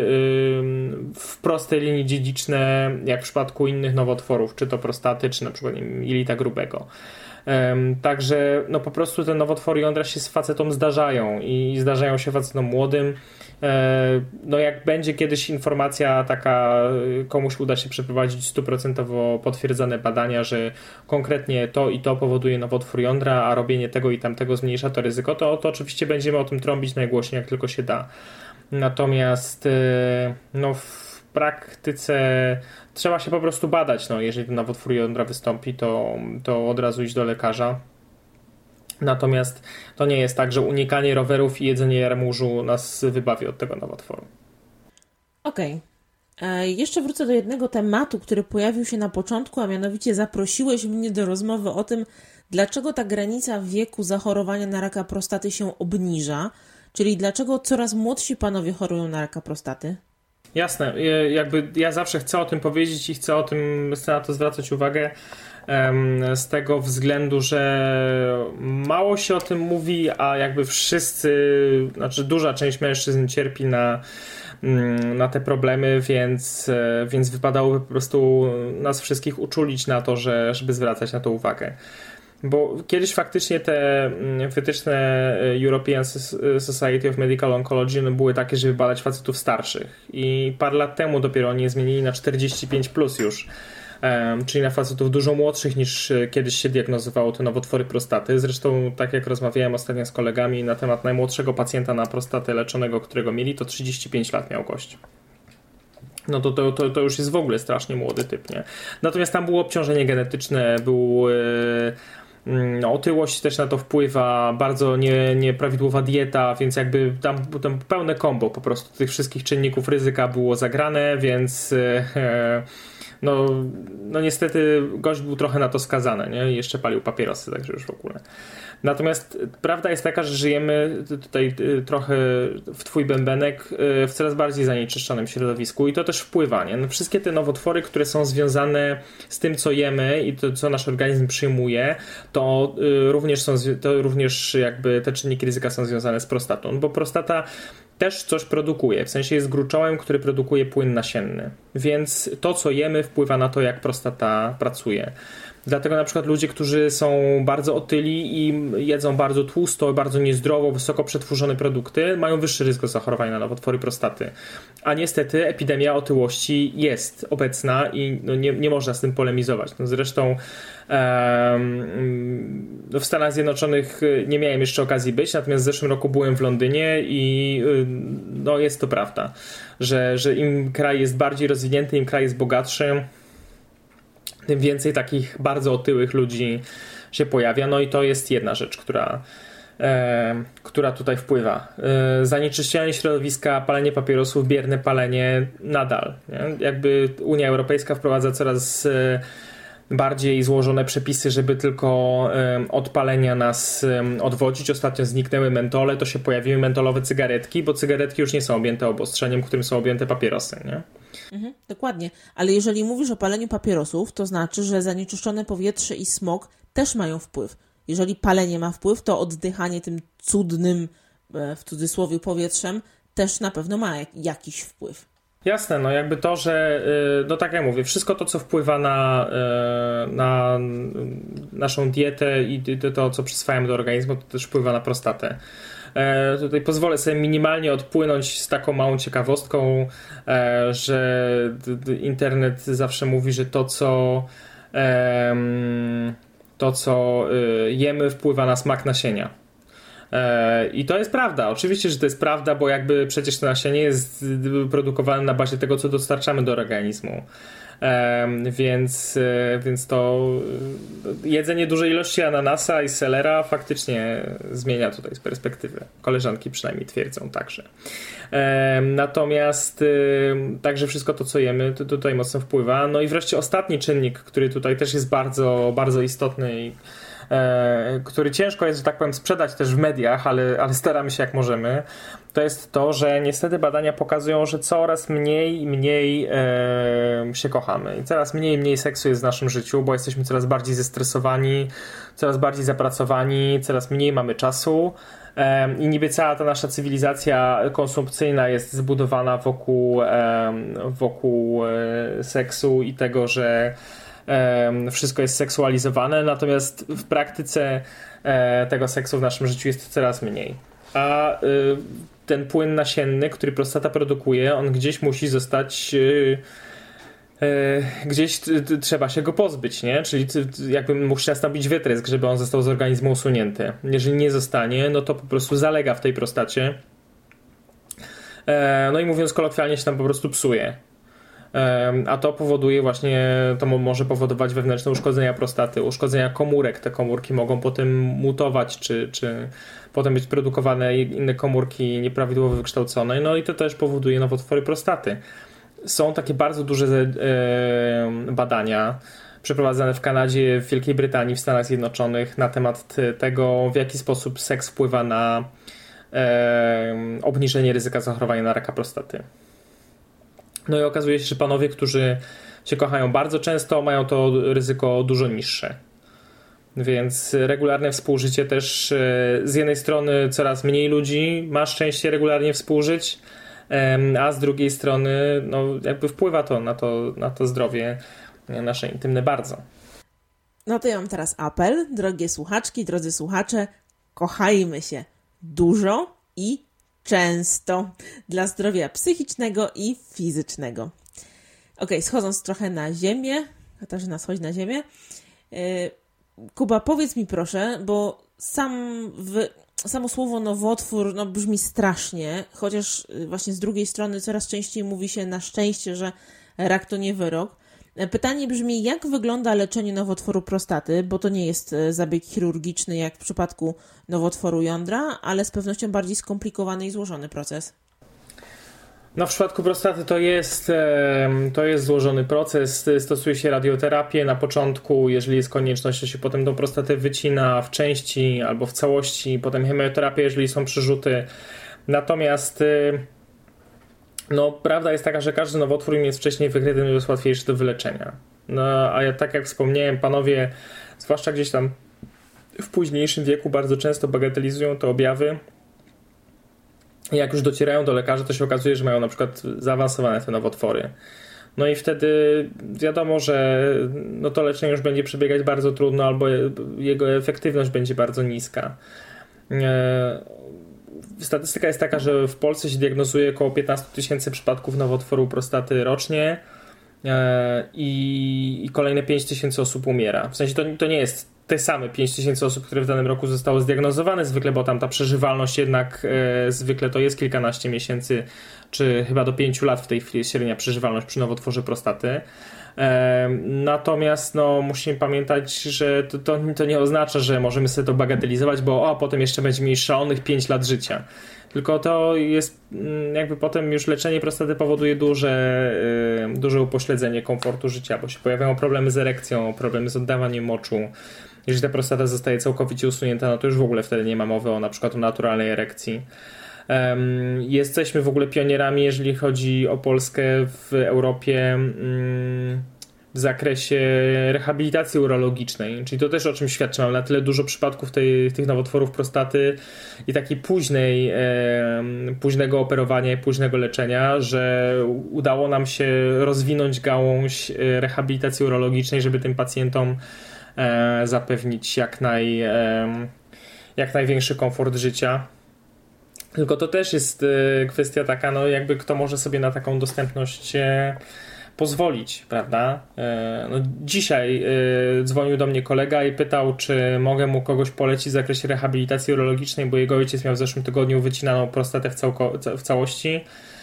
yy, w prostej linii dziedziczne jak w przypadku innych nowotworów, czy to prostaty, czy na przykład nie wiem, jelita grubego. Um, także no po prostu te nowotwory jądra się z facetom zdarzają i zdarzają się facetom młodym. E, no jak będzie kiedyś informacja taka, komuś uda się przeprowadzić stuprocentowo potwierdzone badania, że konkretnie to i to powoduje nowotwór jądra, a robienie tego i tamtego zmniejsza to ryzyko, to, to oczywiście będziemy o tym trąbić najgłośniej jak tylko się da. Natomiast e, no w praktyce trzeba się po prostu badać. No, jeżeli ten nowotwór jądra wystąpi, to, to od razu iść do lekarza. Natomiast to nie jest tak, że unikanie rowerów i jedzenie jarmużu nas wybawi od tego nowotworu. Okej. Okay. Jeszcze wrócę do jednego tematu, który pojawił się na początku, a mianowicie zaprosiłeś mnie do rozmowy o tym, dlaczego ta granica wieku zachorowania na raka prostaty się obniża, czyli dlaczego coraz młodsi panowie chorują na raka prostaty. Jasne, jakby ja zawsze chcę o tym powiedzieć i chcę o tym, chcę na to zwracać uwagę z tego względu, że mało się o tym mówi, a jakby wszyscy, znaczy duża część mężczyzn cierpi na, na te problemy, więc, więc wypadałoby po prostu nas wszystkich uczulić na to, że, żeby zwracać na to uwagę. Bo kiedyś faktycznie te wytyczne European Society of Medical Oncology no były takie, żeby badać facetów starszych. I parę lat temu dopiero oni je zmienili na czterdzieści pięć plus już. Um, czyli na facetów dużo młodszych niż kiedyś się diagnozowało te nowotwory prostaty. Zresztą tak jak rozmawiałem ostatnio z kolegami na temat najmłodszego pacjenta na prostatę leczonego, którego mieli, to trzydzieści pięć lat miał gość. No to, to, to, to już jest w ogóle strasznie młody typ, nie? Natomiast tam było obciążenie genetyczne, był... Yy, No, otyłość też na to wpływa, bardzo nie, nieprawidłowa dieta, więc jakby tam, tam pełne kombo po prostu tych wszystkich czynników ryzyka było zagrane, więc e, no, no niestety gość był trochę na to skazany, nie? I jeszcze palił papierosy, także już w ogóle. Natomiast prawda jest taka, że żyjemy tutaj trochę w twój bębenek w coraz bardziej zanieczyszczonym środowisku i to też wpływa, nie? No wszystkie te nowotwory, które są związane z tym, co jemy i to, co nasz organizm przyjmuje, to również są, to również jakby te czynniki ryzyka są związane z prostatą, bo prostata też coś produkuje, w sensie jest gruczołem, który produkuje płyn nasienny, więc to, co jemy, wpływa na to, jak prostata pracuje. Dlatego na przykład ludzie, którzy są bardzo otyli i jedzą bardzo tłusto, bardzo niezdrowo, wysoko przetworzone produkty, mają wyższe ryzyko zachorowania na nowotwory prostaty. A niestety epidemia otyłości jest obecna i no nie, nie można z tym polemizować. No zresztą um, w Stanach Zjednoczonych nie miałem jeszcze okazji być, natomiast w zeszłym roku byłem w Londynie i no jest to prawda, że, że im kraj jest bardziej rozwinięty, im kraj jest bogatszy, tym więcej takich bardzo otyłych ludzi się pojawia. No i to jest jedna rzecz, która, e, która tutaj wpływa. E, zanieczyszczenie środowiska, palenie papierosów, bierne palenie nadal. Nie? Jakby Unia Europejska wprowadza coraz e, bardziej złożone przepisy, żeby tylko e, od palenia nas e, odwodzić. Ostatnio zniknęły mentole, to się pojawiły mentolowe cygaretki, bo cygaretki już nie są objęte obostrzeniem, którym są objęte papierosy, nie? Mhm, dokładnie, ale jeżeli mówisz o paleniu papierosów, to znaczy, że zanieczyszczone powietrze i smog też mają wpływ. Jeżeli palenie ma wpływ, to oddychanie tym cudnym, w cudzysłowie, powietrzem też na pewno ma jakiś wpływ. Jasne, no jakby to, że, no tak jak mówię, wszystko to, co wpływa na, na naszą dietę i to, co przyswajamy do organizmu, to też wpływa na prostatę. E, tutaj pozwolę sobie minimalnie odpłynąć z taką małą ciekawostką, e, że d, d, internet zawsze mówi, że to, co e, to, co y, jemy, wpływa na smak nasienia. E, I to jest prawda. Oczywiście, że to jest prawda, bo jakby przecież to nasienie jest produkowane na bazie tego, co dostarczamy do organizmu. E, więc, e, więc to jedzenie dużej ilości ananasa i selera faktycznie zmienia tutaj z perspektywy. Koleżanki przynajmniej twierdzą także. E, natomiast e, także wszystko to, co jemy, to tutaj mocno wpływa. No i wreszcie ostatni czynnik, który tutaj też jest bardzo, bardzo istotny i e, który ciężko jest, że tak powiem, sprzedać też w mediach, ale, ale staramy się jak możemy, to jest to, że niestety badania pokazują, że coraz mniej i mniej e, się kochamy i coraz mniej i mniej seksu jest w naszym życiu, bo jesteśmy coraz bardziej zestresowani, coraz bardziej zapracowani, coraz mniej mamy czasu e, i niby cała ta nasza cywilizacja konsumpcyjna jest zbudowana wokół, e, wokół e, seksu i tego, że wszystko jest seksualizowane, natomiast w praktyce tego seksu w naszym życiu jest coraz mniej. A ten płyn nasienny, który prostata produkuje, on gdzieś musi zostać, gdzieś trzeba się go pozbyć, nie? Czyli jakby musi nastąpić wytrysk, żeby on został z organizmu usunięty. Jeżeli nie zostanie, no to po prostu zalega w tej prostacie. No i mówiąc kolokwialnie, się tam po prostu psuje. A to powoduje właśnie, to może powodować wewnętrzne uszkodzenia prostaty, uszkodzenia komórek. Te komórki mogą potem mutować, czy, czy potem być produkowane inne komórki nieprawidłowo wykształcone. No i to też powoduje nowotwory prostaty. Są takie bardzo duże badania przeprowadzane w Kanadzie, w Wielkiej Brytanii, w Stanach Zjednoczonych na temat tego, w jaki sposób seks wpływa na obniżenie ryzyka zachorowania na raka prostaty. No i okazuje się, że panowie, którzy się kochają bardzo często, mają to ryzyko dużo niższe. Więc regularne współżycie też z jednej strony coraz mniej ludzi ma szczęście regularnie współżyć, a z drugiej strony no jakby wpływa to na to, na to zdrowie nasze intymne bardzo. No to ja mam teraz apel, drogie słuchaczki, drodzy słuchacze, kochajmy się dużo i często dla zdrowia psychicznego i fizycznego. Ok, schodząc trochę na ziemię, Katarzyna, schodź na ziemię. Kuba, powiedz mi proszę, bo sam w, samo słowo nowotwór no, brzmi strasznie, chociaż właśnie z drugiej strony coraz częściej mówi się na szczęście, że rak to nie wyrok. Pytanie brzmi, jak wygląda leczenie nowotworu prostaty, bo to nie jest zabieg chirurgiczny jak w przypadku nowotworu jądra, ale z pewnością bardziej skomplikowany i złożony proces. No w przypadku prostaty to jest, to jest złożony proces, stosuje się radioterapię na początku, jeżeli jest konieczność, to się potem tą prostatę wycina w części albo w całości, potem chemioterapię, jeżeli są przerzuty. Natomiast no, prawda jest taka, że każdy nowotwór im jest wcześniej wykryty, tym jest łatwiejszy do wyleczenia. No, a ja tak jak wspomniałem, panowie, zwłaszcza gdzieś tam w późniejszym wieku bardzo często bagatelizują te objawy. Jak już docierają do lekarza, to się okazuje, że mają na przykład zaawansowane te nowotwory. No i wtedy wiadomo, że no to leczenie już będzie przebiegać bardzo trudno albo jego efektywność będzie bardzo niska. Statystyka jest taka, że w Polsce się diagnozuje około piętnaście tysięcy przypadków nowotworu prostaty rocznie i, i kolejne pięć tysięcy osób umiera. W sensie to, to nie jest te same pięć tysięcy osób, które w danym roku zostało zdiagnozowane zwykle, bo tam ta przeżywalność jednak e, zwykle to jest kilkanaście miesięcy, czy chyba do pięciu lat w tej chwili jest średnia przeżywalność przy nowotworze prostaty. E, natomiast no, musimy pamiętać, że to, to, to nie oznacza, że możemy sobie to bagatelizować, bo o, potem jeszcze będziemy mieli szalonych pięć lat życia. Tylko to jest jakby potem już leczenie prostaty powoduje duże, yy, duże upośledzenie komfortu życia, bo się pojawiają problemy z erekcją, problemy z oddawaniem moczu. Jeżeli ta prostata zostaje całkowicie usunięta, no to już w ogóle wtedy nie ma mowy o na przykład o naturalnej erekcji. Um, jesteśmy w ogóle pionierami, jeżeli chodzi o Polskę w Europie um, w zakresie rehabilitacji urologicznej, czyli to też o czym świadczy. Mam na tyle dużo przypadków tej, tych nowotworów prostaty i takiej późnej, e, późnego operowania i późnego leczenia, że udało nam się rozwinąć gałąź rehabilitacji urologicznej, żeby tym pacjentom e, zapewnić jak, naj, e, jak największy komfort życia. Tylko to też jest e, kwestia taka, no jakby kto może sobie na taką dostępność e, pozwolić, prawda? No, dzisiaj dzwonił do mnie kolega i pytał, czy mogę mu kogoś polecić w zakresie rehabilitacji urologicznej, bo jego ojciec miał w zeszłym tygodniu wycinaną prostatę w, całko- w całości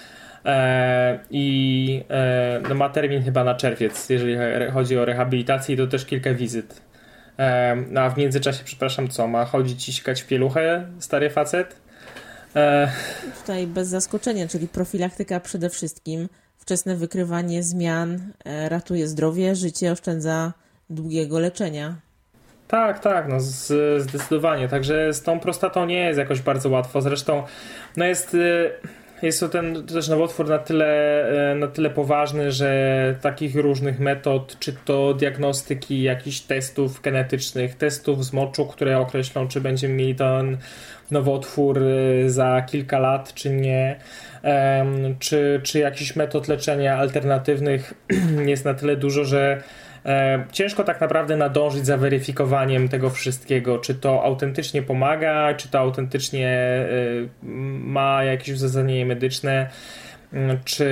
i no, ma termin chyba na czerwiec, jeżeli chodzi o rehabilitację, i to też kilka wizyt. No, a w międzyczasie, przepraszam, co? Ma chodzić i sikać w pieluchę stary facet? Tutaj bez zaskoczenia, czyli profilaktyka przede wszystkim. Wczesne wykrywanie zmian ratuje zdrowie, życie, oszczędza długiego leczenia. Tak, tak, no z, zdecydowanie. Także z tą prostatą nie jest jakoś bardzo łatwo. Zresztą no jest, jest to ten też nowotwór na tyle, na tyle poważny, że takich różnych metod, czy to diagnostyki, jakichś testów genetycznych, testów z moczu, które określą, czy będziemy mieli ten nowotwór za kilka lat, czy nie, czy, czy jakichś metod leczenia alternatywnych jest na tyle dużo, że ciężko tak naprawdę nadążyć za weryfikowaniem tego wszystkiego, czy to autentycznie pomaga, czy to autentycznie ma jakieś uzasadnienie medyczne, czy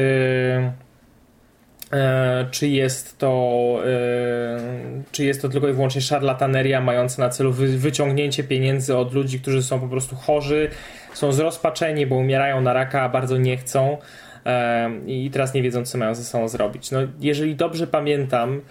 czy jest to czy jest to tylko i wyłącznie szarlataneria mająca na celu wyciągnięcie pieniędzy od ludzi, którzy są po prostu chorzy, są zrozpaczeni, bo umierają na raka, a bardzo nie chcą i teraz nie wiedzą, co mają ze sobą zrobić. No, jeżeli dobrze pamiętam,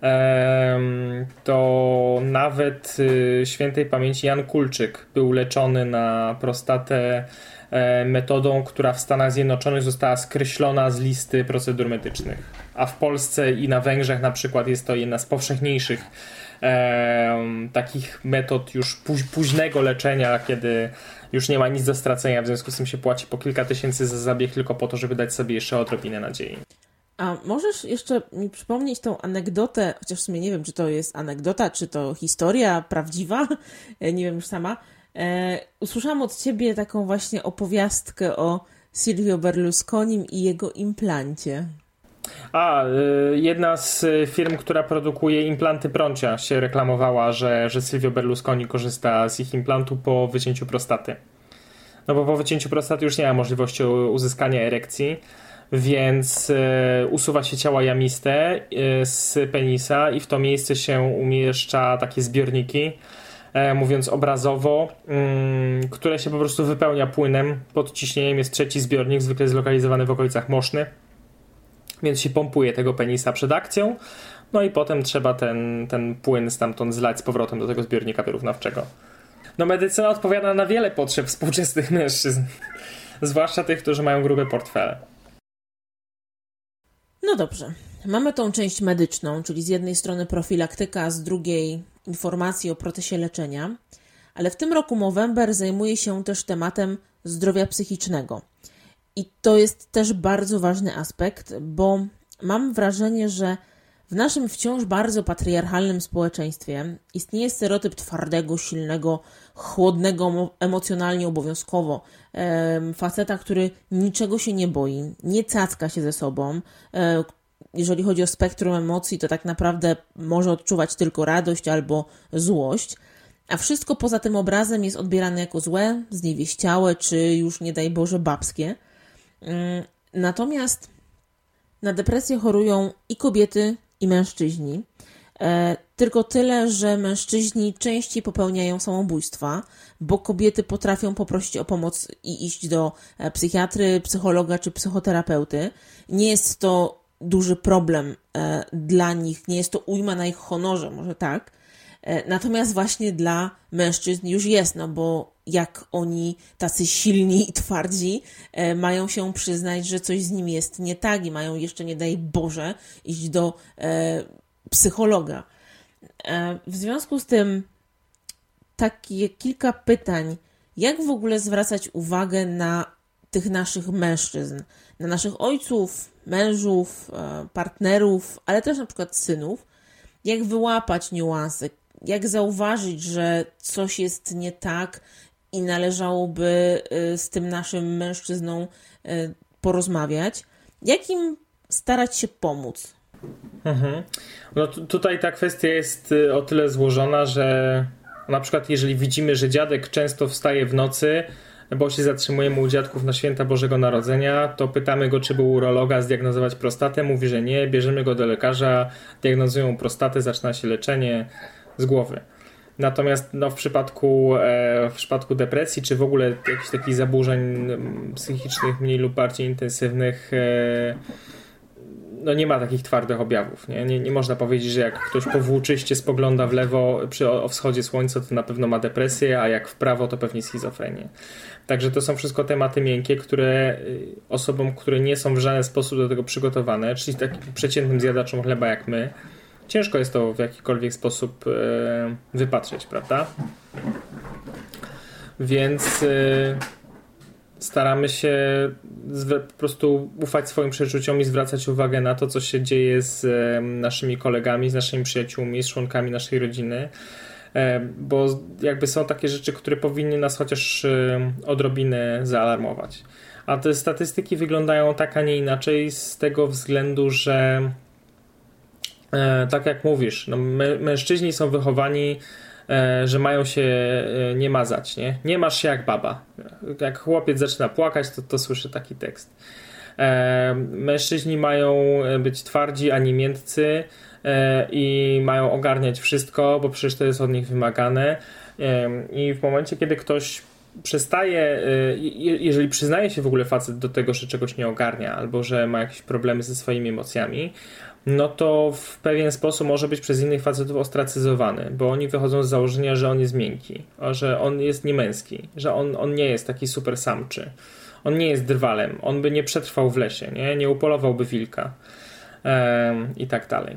to nawet świętej pamięci Jan Kulczyk był leczony na prostatę metodą, która w Stanach Zjednoczonych została skreślona z listy procedur medycznych, a w Polsce i na Węgrzech na przykład jest to jedna z powszechniejszych e, takich metod już póź, późnego leczenia, kiedy już nie ma nic do stracenia, w związku z tym się płaci po kilka tysięcy za zabieg tylko po to, żeby dać sobie jeszcze odrobinę nadziei. A możesz jeszcze mi przypomnieć tą anegdotę, chociaż w sumie nie wiem, czy to jest anegdota, czy to historia prawdziwa, nie wiem już sama. E, usłyszałam od ciebie taką właśnie opowiastkę o Silvio Berlusconim i jego implancie. A, jedna z firm, która produkuje implanty prącia, się reklamowała, że, że Silvio Berlusconi korzysta z ich implantu po wycięciu prostaty. No bo po wycięciu prostaty już nie ma możliwości uzyskania erekcji, więc usuwa się ciała jamiste z penisa i w to miejsce się umieszcza takie zbiorniki, mówiąc obrazowo, które się po prostu wypełnia płynem. Pod ciśnieniem jest trzeci zbiornik, zwykle zlokalizowany w okolicach moszny. Więc się pompuje tego penisa przed akcją, no i potem trzeba ten, ten płyn stamtąd zlać z powrotem do tego zbiornika wyrównawczego. No medycyna odpowiada na wiele potrzeb współczesnych mężczyzn, zwłaszcza tych, którzy mają grube portfele. No dobrze, mamy tą część medyczną, czyli z jednej strony profilaktyka, a z drugiej informacje o procesie leczenia, ale w tym roku Movember zajmuje się też tematem zdrowia psychicznego. I to jest też bardzo ważny aspekt, bo mam wrażenie, że w naszym wciąż bardzo patriarchalnym społeczeństwie istnieje stereotyp twardego, silnego, chłodnego, emocjonalnie obowiązkowo e, faceta, który niczego się nie boi, nie cacka się ze sobą. E, jeżeli chodzi o spektrum emocji, to tak naprawdę może odczuwać tylko radość albo złość, a wszystko poza tym obrazem jest odbierane jako złe, zniewieściałe, czy już nie daj Boże babskie. Natomiast na depresję chorują i kobiety, i mężczyźni. E, tylko tyle, że mężczyźni częściej popełniają samobójstwa, bo kobiety potrafią poprosić o pomoc i iść do psychiatry, psychologa czy psychoterapeuty. Nie jest to duży problem e, dla nich, nie jest to ujma na ich honorze, może tak. E, natomiast właśnie dla mężczyzn już jest, no bo jak oni, tacy silni i twardzi, e, mają się przyznać, że coś z nimi jest nie tak i mają jeszcze, nie daj Boże, iść do e, psychologa. E, w związku z tym takie kilka pytań, jak w ogóle zwracać uwagę na tych naszych mężczyzn, na naszych ojców, mężów, e, partnerów, ale też na przykład synów, jak wyłapać niuanse, jak zauważyć, że coś jest nie tak i należałoby z tym naszym mężczyzną porozmawiać. Jak im starać się pomóc? Mhm. No t- tutaj ta kwestia jest o tyle złożona, że na przykład jeżeli widzimy, że dziadek często wstaje w nocy, bo się zatrzymujemy u dziadków na święta Bożego Narodzenia, to pytamy go, czy był u urologa zdiagnozować prostatę. Mówi, że nie. Bierzemy go do lekarza, diagnozują prostatę, zaczyna się leczenie z głowy. Natomiast no, w, przypadku, e, w przypadku depresji, czy w ogóle jakichś takich zaburzeń psychicznych mniej lub bardziej intensywnych, e, no nie ma takich twardych objawów. Nie? Nie, nie można powiedzieć, że jak ktoś powłóczyście spogląda w lewo przy o, o wschodzie słońca, to na pewno ma depresję, a jak w prawo, to pewnie schizofrenię. Także to są wszystko tematy miękkie, które osobom, które nie są w żaden sposób do tego przygotowane, czyli takim przeciętnym zjadaczom chleba jak my, ciężko jest to w jakikolwiek sposób e, wypatrzeć, prawda? Więc e, staramy się zwe, po prostu ufać swoim przeczuciom i zwracać uwagę na to, co się dzieje z e, naszymi kolegami, z naszymi przyjaciółmi, z członkami naszej rodziny, e, bo jakby są takie rzeczy, które powinny nas chociaż e, odrobinę zaalarmować. A te statystyki wyglądają tak, a nie inaczej z tego względu, że E, tak jak mówisz, no, my, mężczyźni są wychowani, e, że mają się e, nie mazać, nie? Nie masz się jak baba. Jak chłopiec zaczyna płakać, to, to słyszy taki tekst. E, mężczyźni mają być twardzi, a nie miętcy e, i mają ogarniać wszystko, bo przecież to jest od nich wymagane. E, I w momencie, kiedy ktoś przestaje, e, jeżeli przyznaje się w ogóle facet do tego, że czegoś nie ogarnia, albo że ma jakieś problemy ze swoimi emocjami, no to w pewien sposób może być przez innych facetów ostracyzowany, bo oni wychodzą z założenia, że on jest miękki, że on jest niemęski, że on, on nie jest taki super samczy, on nie jest drwalem, on by nie przetrwał w lesie, nie, nie upolowałby wilka e, i tak dalej.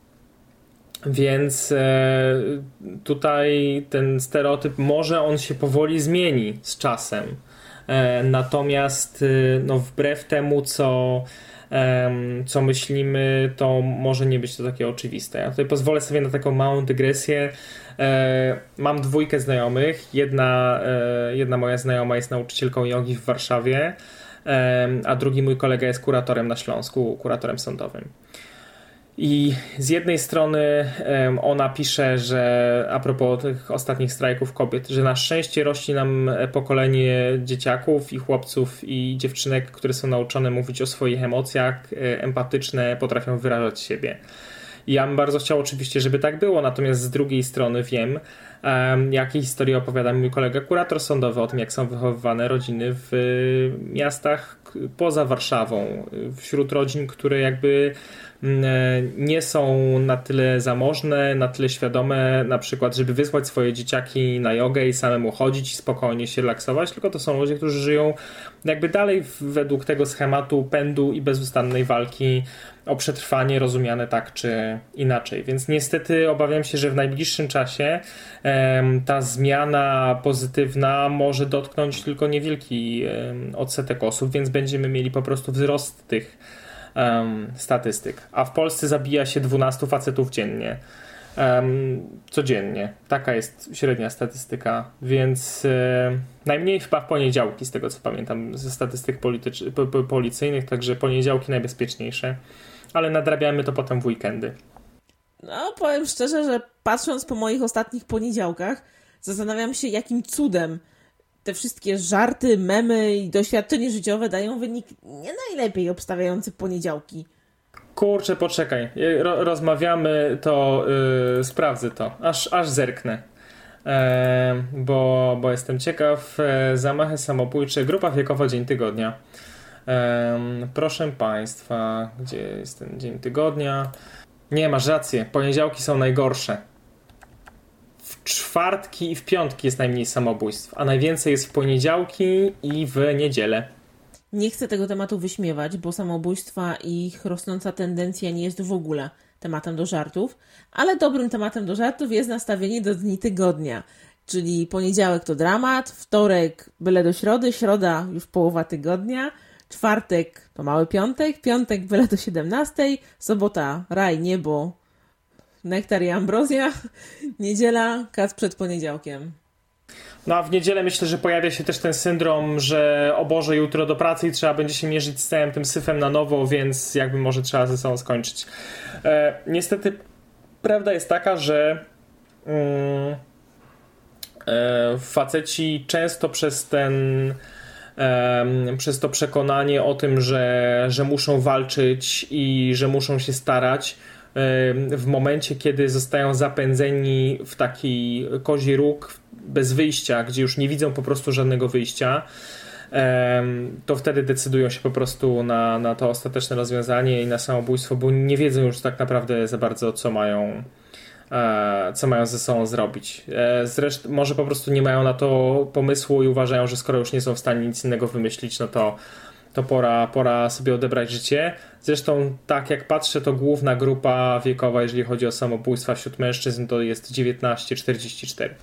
Więc e, tutaj ten stereotyp może on się powoli zmieni z czasem, e, natomiast e, no wbrew temu, co co myślimy, to może nie być to takie oczywiste. Ja tutaj pozwolę sobie na taką małą dygresję. Mam dwójkę znajomych. Jedna, jedna moja znajoma jest nauczycielką jogi w Warszawie a drugi mój kolega jest kuratorem na Śląsku, kuratorem sądowym. I z jednej strony ona pisze, że a propos tych ostatnich strajków kobiet, że na szczęście rośnie nam pokolenie dzieciaków i chłopców i dziewczynek, które są nauczone mówić o swoich emocjach, empatyczne, potrafią wyrażać siebie. I ja bym bardzo chciał oczywiście, żeby tak było, natomiast z drugiej strony wiem, um, jakie historie opowiada mój kolega kurator sądowy o tym, jak są wychowywane rodziny w y, miastach poza Warszawą, wśród rodzin, które jakby nie są na tyle zamożne, na tyle świadome, na przykład, żeby wysłać swoje dzieciaki na jogę i samemu chodzić i spokojnie się relaksować, tylko to są ludzie, którzy żyją jakby dalej według tego schematu pędu i bezustannej walki o przetrwanie, rozumiane tak czy inaczej. Więc niestety obawiam się, że w najbliższym czasie um, ta zmiana pozytywna może dotknąć tylko niewielki um, odsetek osób, więc będziemy mieli po prostu wzrost tych Um, statystyk. A w Polsce zabija się dwunastu facetów dziennie. Um, codziennie. Taka jest średnia statystyka, więc e, najmniej chyba w poniedziałki, z tego co pamiętam, ze statystyk politycz- po, po, policyjnych, także poniedziałki najbezpieczniejsze, ale nadrabiamy to potem w weekendy. No, powiem szczerze, że patrząc po moich ostatnich poniedziałkach, zastanawiam się, jakim cudem te wszystkie żarty, memy i doświadczenie życiowe dają wynik nie najlepiej obstawiający poniedziałki. Kurczę, poczekaj. Ro- rozmawiamy, to yy, sprawdzę to. Aż, aż zerknę. E, bo, bo jestem ciekaw. E, zamachy samobójcze. Grupa wiekowa dzień tygodnia. E, proszę Państwa, gdzie jest ten dzień tygodnia? Nie, masz rację. Poniedziałki są najgorsze. W czwartki i w piątki jest najmniej samobójstw, a najwięcej jest w poniedziałki i w niedzielę. Nie chcę tego tematu wyśmiewać, bo samobójstwa i ich rosnąca tendencja nie jest w ogóle tematem do żartów, ale dobrym tematem do żartów jest nastawienie do dni tygodnia, czyli poniedziałek to dramat, wtorek byle do środy, środa już połowa tygodnia, czwartek to mały piątek, piątek byle do siedemnastej, sobota raj, niebo, nektar i ambrozja, niedziela kat przed poniedziałkiem. No a w niedzielę myślę, że pojawia się też ten syndrom, że o Boże, jutro do pracy i trzeba będzie się mierzyć z całym tym syfem na nowo, więc jakby może trzeba ze sobą skończyć. E, niestety prawda jest taka, że mm, e, faceci często przez ten e, przez to przekonanie o tym, że, że muszą walczyć i że muszą się starać, w momencie, kiedy zostają zapędzeni w taki kozi róg bez wyjścia, gdzie już nie widzą po prostu żadnego wyjścia, to wtedy decydują się po prostu na, na to ostateczne rozwiązanie i na samobójstwo, bo nie wiedzą już tak naprawdę za bardzo, co mają, co mają ze sobą zrobić. Zresztą może po prostu nie mają na to pomysłu i uważają, że skoro już nie są w stanie nic innego wymyślić, no to to pora, pora sobie odebrać życie. Zresztą tak jak patrzę, to główna grupa wiekowa, jeżeli chodzi o samobójstwa wśród mężczyzn, to jest dziewiętnaście czterdzieści cztery.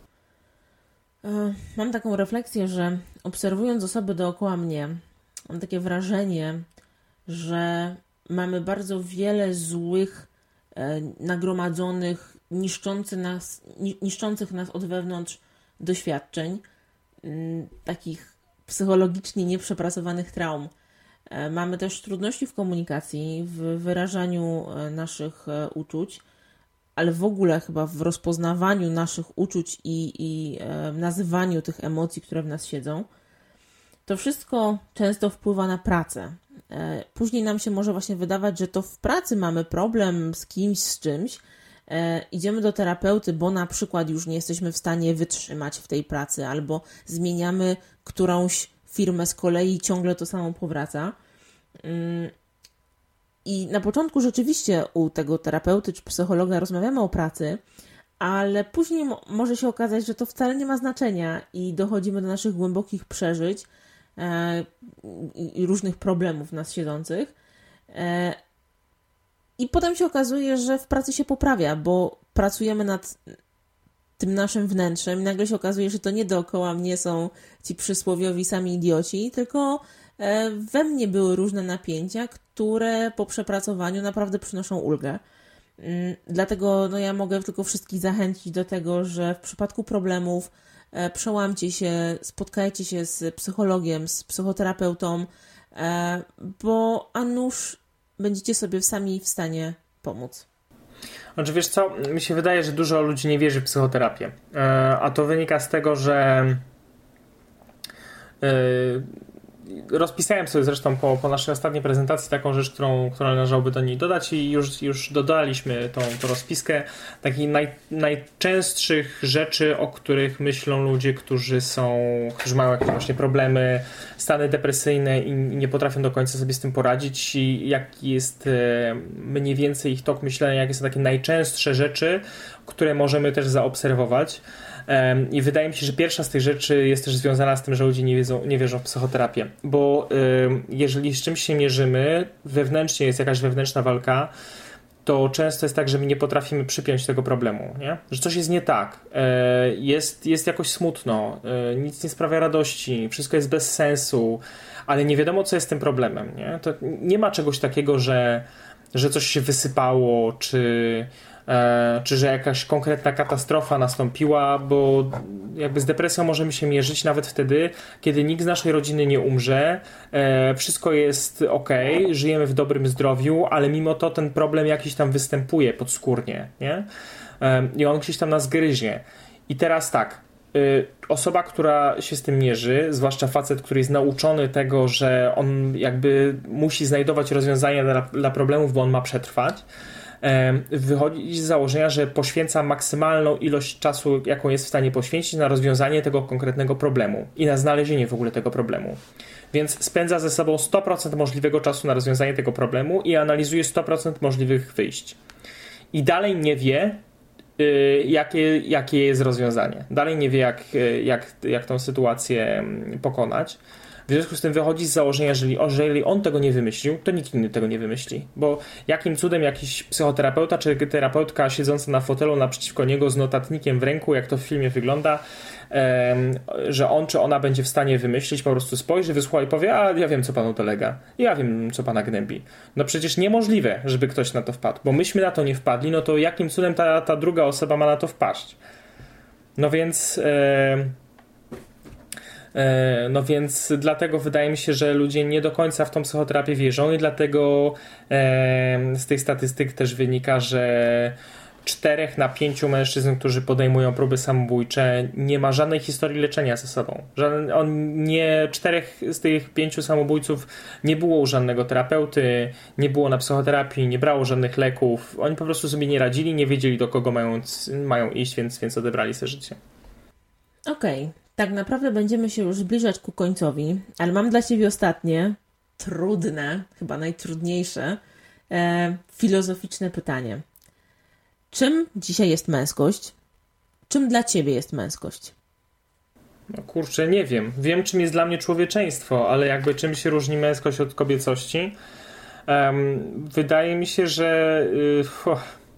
Mam taką refleksję, że obserwując osoby dookoła mnie, mam takie wrażenie, że mamy bardzo wiele złych, nagromadzonych, niszczących nas, niszczących nas od wewnątrz doświadczeń, takich psychologicznie nieprzepracowanych traum. Mamy też trudności w komunikacji, w wyrażaniu naszych uczuć, ale w ogóle chyba w rozpoznawaniu naszych uczuć i, i nazywaniu tych emocji, które w nas siedzą. To wszystko często wpływa na pracę. Później nam się może właśnie wydawać, że to w pracy mamy problem z kimś, z czymś. Idziemy do terapeuty, bo na przykład już nie jesteśmy w stanie wytrzymać w tej pracy, albo zmieniamy którąś firmę z kolei i ciągle to samo powraca. I na początku rzeczywiście u tego terapeuty czy psychologa rozmawiamy o pracy, ale później mo- może się okazać, że to wcale nie ma znaczenia i dochodzimy do naszych głębokich przeżyć e, i różnych problemów w nas siedzących. E, I potem się okazuje, że w pracy się poprawia, bo pracujemy nad tym naszym wnętrzem i nagle się okazuje, że to nie dookoła mnie są ci przysłowiowi sami idioci, tylko we mnie były różne napięcia, które po przepracowaniu naprawdę przynoszą ulgę. Dlatego no, ja mogę tylko wszystkich zachęcić do tego, że w przypadku problemów przełamcie się, spotkajcie się z psychologiem, z psychoterapeutą, bo a nuż będziecie sobie sami w stanie pomóc. Znaczy wiesz co, mi się wydaje, że dużo ludzi nie wierzy w psychoterapię, a to wynika z tego, że rozpisałem sobie zresztą po, po naszej ostatniej prezentacji taką rzecz, którą, którą należałoby do niej dodać i już, już dodaliśmy tą, tą rozpiskę takich naj, najczęstszych rzeczy, o których myślą ludzie, którzy są, którzy mają jakieś właśnie problemy, stany depresyjne i nie potrafią do końca sobie z tym poradzić i jaki jest mniej więcej ich tok myślenia, jakie są takie najczęstsze rzeczy, które możemy też zaobserwować. I wydaje mi się, że pierwsza z tych rzeczy jest też związana z tym, że ludzie nie, wiedzą, nie wierzą w psychoterapię, bo jeżeli z czymś się mierzymy, wewnętrznie jest jakaś wewnętrzna walka, to często jest tak, że my nie potrafimy przypiąć tego problemu, nie? Że coś jest nie tak, jest, jest jakoś smutno, nic nie sprawia radości, wszystko jest bez sensu, ale nie wiadomo, co jest tym problemem, nie? To nie ma czegoś takiego, że, że coś się wysypało, czy czy że jakaś konkretna katastrofa nastąpiła, bo jakby z depresją możemy się mierzyć nawet wtedy, kiedy nikt z naszej rodziny nie umrze, wszystko jest okej, żyjemy w dobrym zdrowiu, ale mimo to ten problem jakiś tam występuje podskórnie, nie? I on gdzieś tam nas gryzie. I teraz tak, osoba, która się z tym mierzy, zwłaszcza facet, który jest nauczony tego, że on jakby musi znajdować rozwiązania dla, dla problemów, bo on ma przetrwać, wychodzi z założenia, że poświęca maksymalną ilość czasu, jaką jest w stanie poświęcić na rozwiązanie tego konkretnego problemu i na znalezienie w ogóle tego problemu. Więc spędza ze sobą sto procent możliwego czasu na rozwiązanie tego problemu i analizuje sto procent możliwych wyjść. I dalej nie wie, yy, jakie, jakie jest rozwiązanie. Dalej nie wie, jak, jak, jak tą sytuację pokonać. W związku z tym wychodzi z założenia, że jeżeli on tego nie wymyślił, to nikt inny tego nie wymyśli. Bo jakim cudem jakiś psychoterapeuta czy terapeutka siedząca na fotelu naprzeciwko niego z notatnikiem w ręku, jak to w filmie wygląda, em, że on czy ona będzie w stanie wymyślić, po prostu spojrzy, wysłucha i powie, a ja wiem, co panu dolega. Ja wiem, co pana gnębi. No przecież niemożliwe, żeby ktoś na to wpadł. Bo myśmy na to nie wpadli, no to jakim cudem ta, ta druga osoba ma na to wpaść? No więc... Em, No więc dlatego wydaje mi się, że ludzie nie do końca w tą psychoterapię wierzą i dlatego e, z tych statystyk też wynika, że czterech na pięciu mężczyzn, którzy podejmują próby samobójcze, nie ma żadnej historii leczenia ze sobą. Żaden, on nie, czterech z tych pięciu samobójców nie było u żadnego terapeuty, nie było na psychoterapii, nie brało żadnych leków. Oni po prostu sobie nie radzili, nie wiedzieli, do kogo mają, mają iść, więc, więc odebrali sobie życie. Okej. Okay. Tak naprawdę będziemy się już zbliżać ku końcowi, ale mam dla Ciebie ostatnie, trudne, chyba najtrudniejsze, e, filozoficzne pytanie. Czym dzisiaj jest męskość? Czym dla Ciebie jest męskość? No kurczę, nie wiem. Wiem, czym jest dla mnie człowieczeństwo, ale jakby czym się różni męskość od kobiecości? Um, wydaje mi się, że... Yy,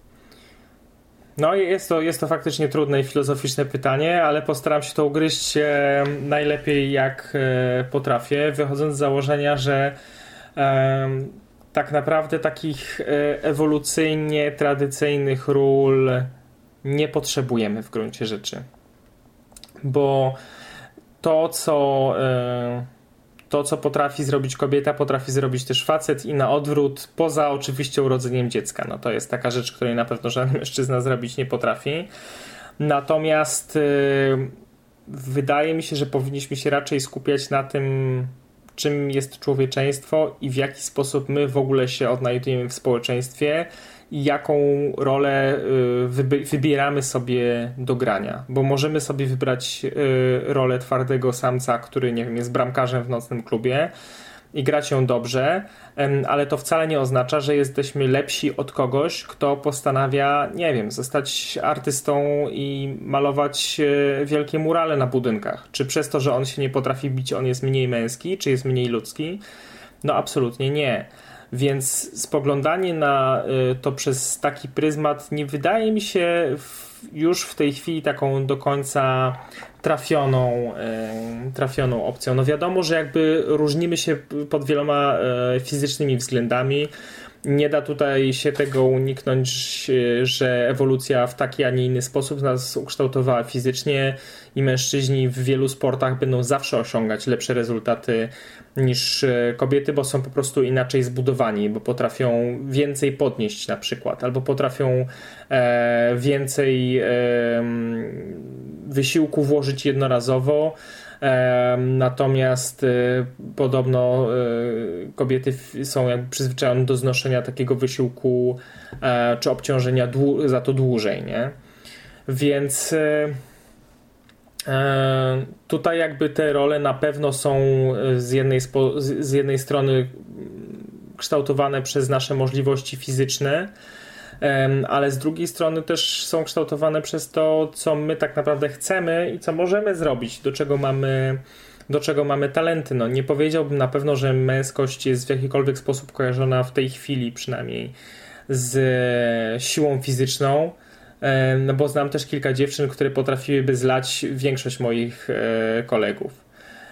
No jest to, jest to faktycznie trudne i filozoficzne pytanie, ale postaram się to ugryźć e, najlepiej jak e, potrafię, wychodząc z założenia, że e, tak naprawdę takich e, ewolucyjnie tradycyjnych ról nie potrzebujemy w gruncie rzeczy. Bo to, co... E, To, co potrafi zrobić kobieta, potrafi zrobić też facet i na odwrót, poza oczywiście urodzeniem dziecka. No to jest taka rzecz, której na pewno żaden mężczyzna zrobić nie potrafi. Natomiast yy, wydaje mi się, że powinniśmy się raczej skupiać na tym, czym jest człowieczeństwo i w jaki sposób my w ogóle się odnajdujemy w społeczeństwie i jaką rolę yy, wybieramy sobie do grania. Bo możemy sobie wybrać yy, rolę twardego samca, który, nie wiem, jest bramkarzem w nocnym klubie i grać ją dobrze, yy, ale to wcale nie oznacza, że jesteśmy lepsi od kogoś, kto postanawia, nie wiem, zostać artystą i malować yy, wielkie murale na budynkach. Czy przez to, że on się nie potrafi bić, on jest mniej męski, czy jest mniej ludzki? No absolutnie nie. Więc spoglądanie na to przez taki pryzmat nie wydaje mi się już w tej chwili taką do końca trafioną, trafioną opcją. No wiadomo, że jakby różnimy się pod wieloma fizycznymi względami. Nie da tutaj się tego uniknąć, że ewolucja w taki, a nie inny sposób nas ukształtowała fizycznie i mężczyźni w wielu sportach będą zawsze osiągać lepsze rezultaty niż kobiety, bo są po prostu inaczej zbudowani, bo potrafią więcej podnieść na przykład, albo potrafią e, więcej e, wysiłku włożyć jednorazowo. Natomiast podobno kobiety są jakby przyzwyczajone do znoszenia takiego wysiłku czy obciążenia za to dłużej, nie? Więc tutaj jakby te role na pewno są z jednej, spo, z jednej strony kształtowane przez nasze możliwości fizyczne, ale z drugiej strony też są kształtowane przez to, co my tak naprawdę chcemy i co możemy zrobić, do czego mamy, do czego mamy talenty. No, nie powiedziałbym na pewno, że męskość jest w jakikolwiek sposób kojarzona w tej chwili przynajmniej z siłą fizyczną, no bo znam też kilka dziewczyn, które potrafiłyby zlać większość moich kolegów.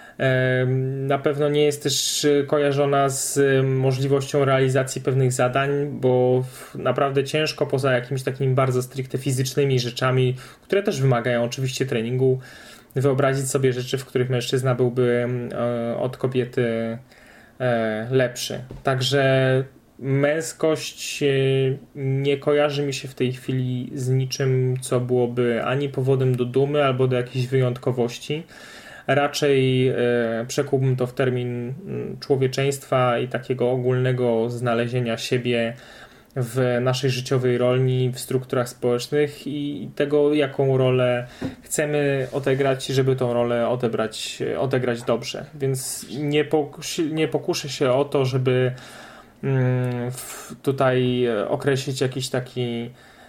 Na pewno nie jest też kojarzona z możliwością realizacji pewnych zadań, bo naprawdę ciężko poza jakimiś takimi bardzo stricte fizycznymi rzeczami, które też wymagają oczywiście treningu, wyobrazić sobie rzeczy, w których mężczyzna byłby od kobiety lepszy. Także męskość nie kojarzy mi się w tej chwili z niczym, co byłoby ani powodem do dumy, albo do jakiejś wyjątkowości. Raczej e, przekułbym to w termin człowieczeństwa i takiego ogólnego znalezienia siebie w naszej życiowej roli, w strukturach społecznych i tego, jaką rolę chcemy odegrać, żeby tą rolę odebrać, odegrać dobrze. Więc nie, pokusi, nie pokuszę się o to, żeby mm, w, tutaj określić jakiś taki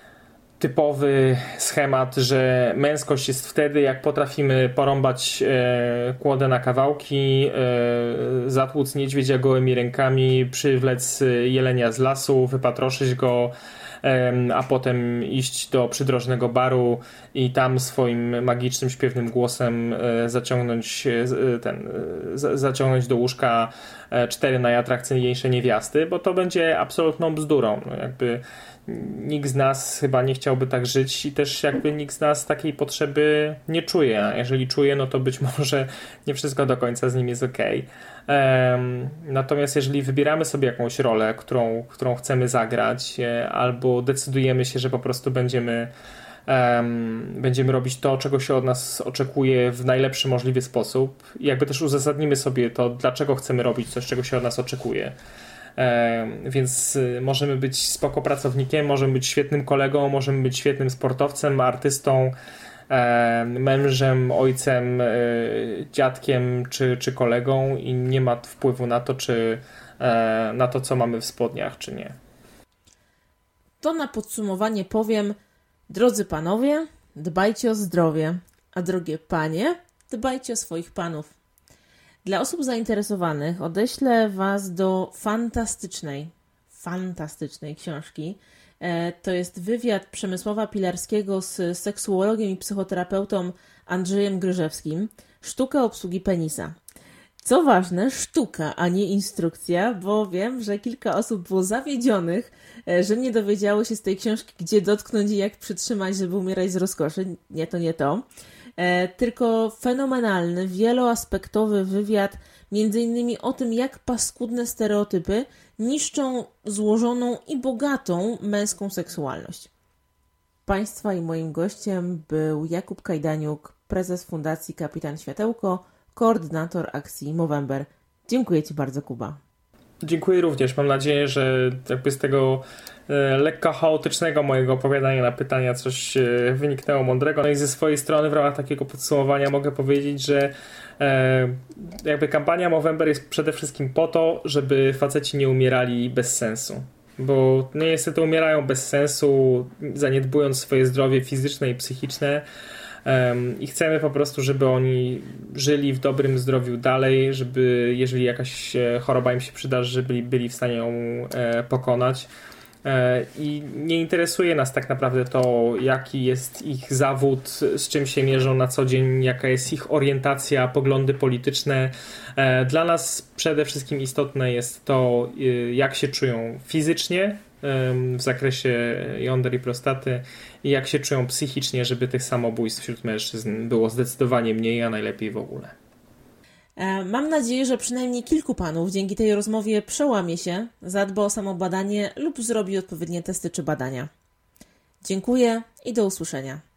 typowy schemat, że męskość jest wtedy, jak potrafimy porąbać e, kłodę na kawałki, e, zatłuc niedźwiedzia gołymi rękami, przywlec jelenia z lasu, wypatroszyć go, e, a potem iść do przydrożnego baru i tam swoim magicznym, śpiewnym głosem e, zaciągnąć, e, ten, e, za, zaciągnąć do łóżka e, cztery najatrakcyjniejsze niewiasty, bo to będzie absolutną bzdurą. No, jakby nikt z nas chyba nie chciałby tak żyć i też jakby nikt z nas takiej potrzeby nie czuje. A jeżeli czuje, no to być może nie wszystko do końca z nim jest okej. Um, natomiast jeżeli wybieramy sobie jakąś rolę, którą, którą chcemy zagrać, albo decydujemy się, że po prostu będziemy um, będziemy robić to, czego się od nas oczekuje w najlepszy możliwy sposób, i jakby też uzasadnimy sobie to, dlaczego chcemy robić coś, czego się od nas oczekuje. Więc możemy być spoko pracownikiem, możemy być świetnym kolegą, możemy być świetnym sportowcem, artystą, mężem, ojcem, dziadkiem czy, czy kolegą i nie ma wpływu na to, czy na to, co mamy w spodniach, czy nie. To na podsumowanie powiem: drodzy panowie, dbajcie o zdrowie, a drogie panie, dbajcie o swoich panów. Dla osób zainteresowanych odeślę Was do fantastycznej, fantastycznej książki. To jest wywiad Przemysława Pilarskiego z seksuologiem i psychoterapeutą Andrzejem Gryżewskim. Sztuka obsługi penisa. Co ważne, sztuka, a nie instrukcja, bo wiem, że kilka osób było zawiedzionych, że nie dowiedziało się z tej książki, gdzie dotknąć i jak przytrzymać, żeby umierać z rozkoszy. Nie, to nie to. E, tylko fenomenalny, wieloaspektowy wywiad, między innymi o tym, jak paskudne stereotypy niszczą złożoną i bogatą męską seksualność. Państwa i moim gościem był Jakub Kajdaniuk, prezes Fundacji Kapitan Światełko, koordynator akcji Movember. Dziękuję Ci bardzo, Kuba. Dziękuję również. Mam nadzieję, że jakby z tego e, lekko chaotycznego mojego opowiadania na pytania coś e, wyniknęło mądrego. No i ze swojej strony w ramach takiego podsumowania mogę powiedzieć, że e, jakby kampania Movember jest przede wszystkim po to, żeby faceci nie umierali bez sensu. Bo no, niestety umierają bez sensu, zaniedbując swoje zdrowie fizyczne i psychiczne. I chcemy po prostu, żeby oni żyli w dobrym zdrowiu dalej, żeby jeżeli jakaś choroba im się przydarzy, żeby byli w stanie ją pokonać. i nie interesuje nas tak naprawdę to, jaki jest ich zawód, z czym się mierzą na co dzień, jaka jest ich orientacja, poglądy polityczne. Dla nas przede wszystkim istotne jest to, jak się czują fizycznie w zakresie jąder i prostaty i jak się czują psychicznie, żeby tych samobójstw wśród mężczyzn było zdecydowanie mniej, a najlepiej w ogóle. Mam nadzieję, że przynajmniej kilku panów dzięki tej rozmowie przełamie się, zadba o samobadanie lub zrobi odpowiednie testy czy badania. Dziękuję i do usłyszenia.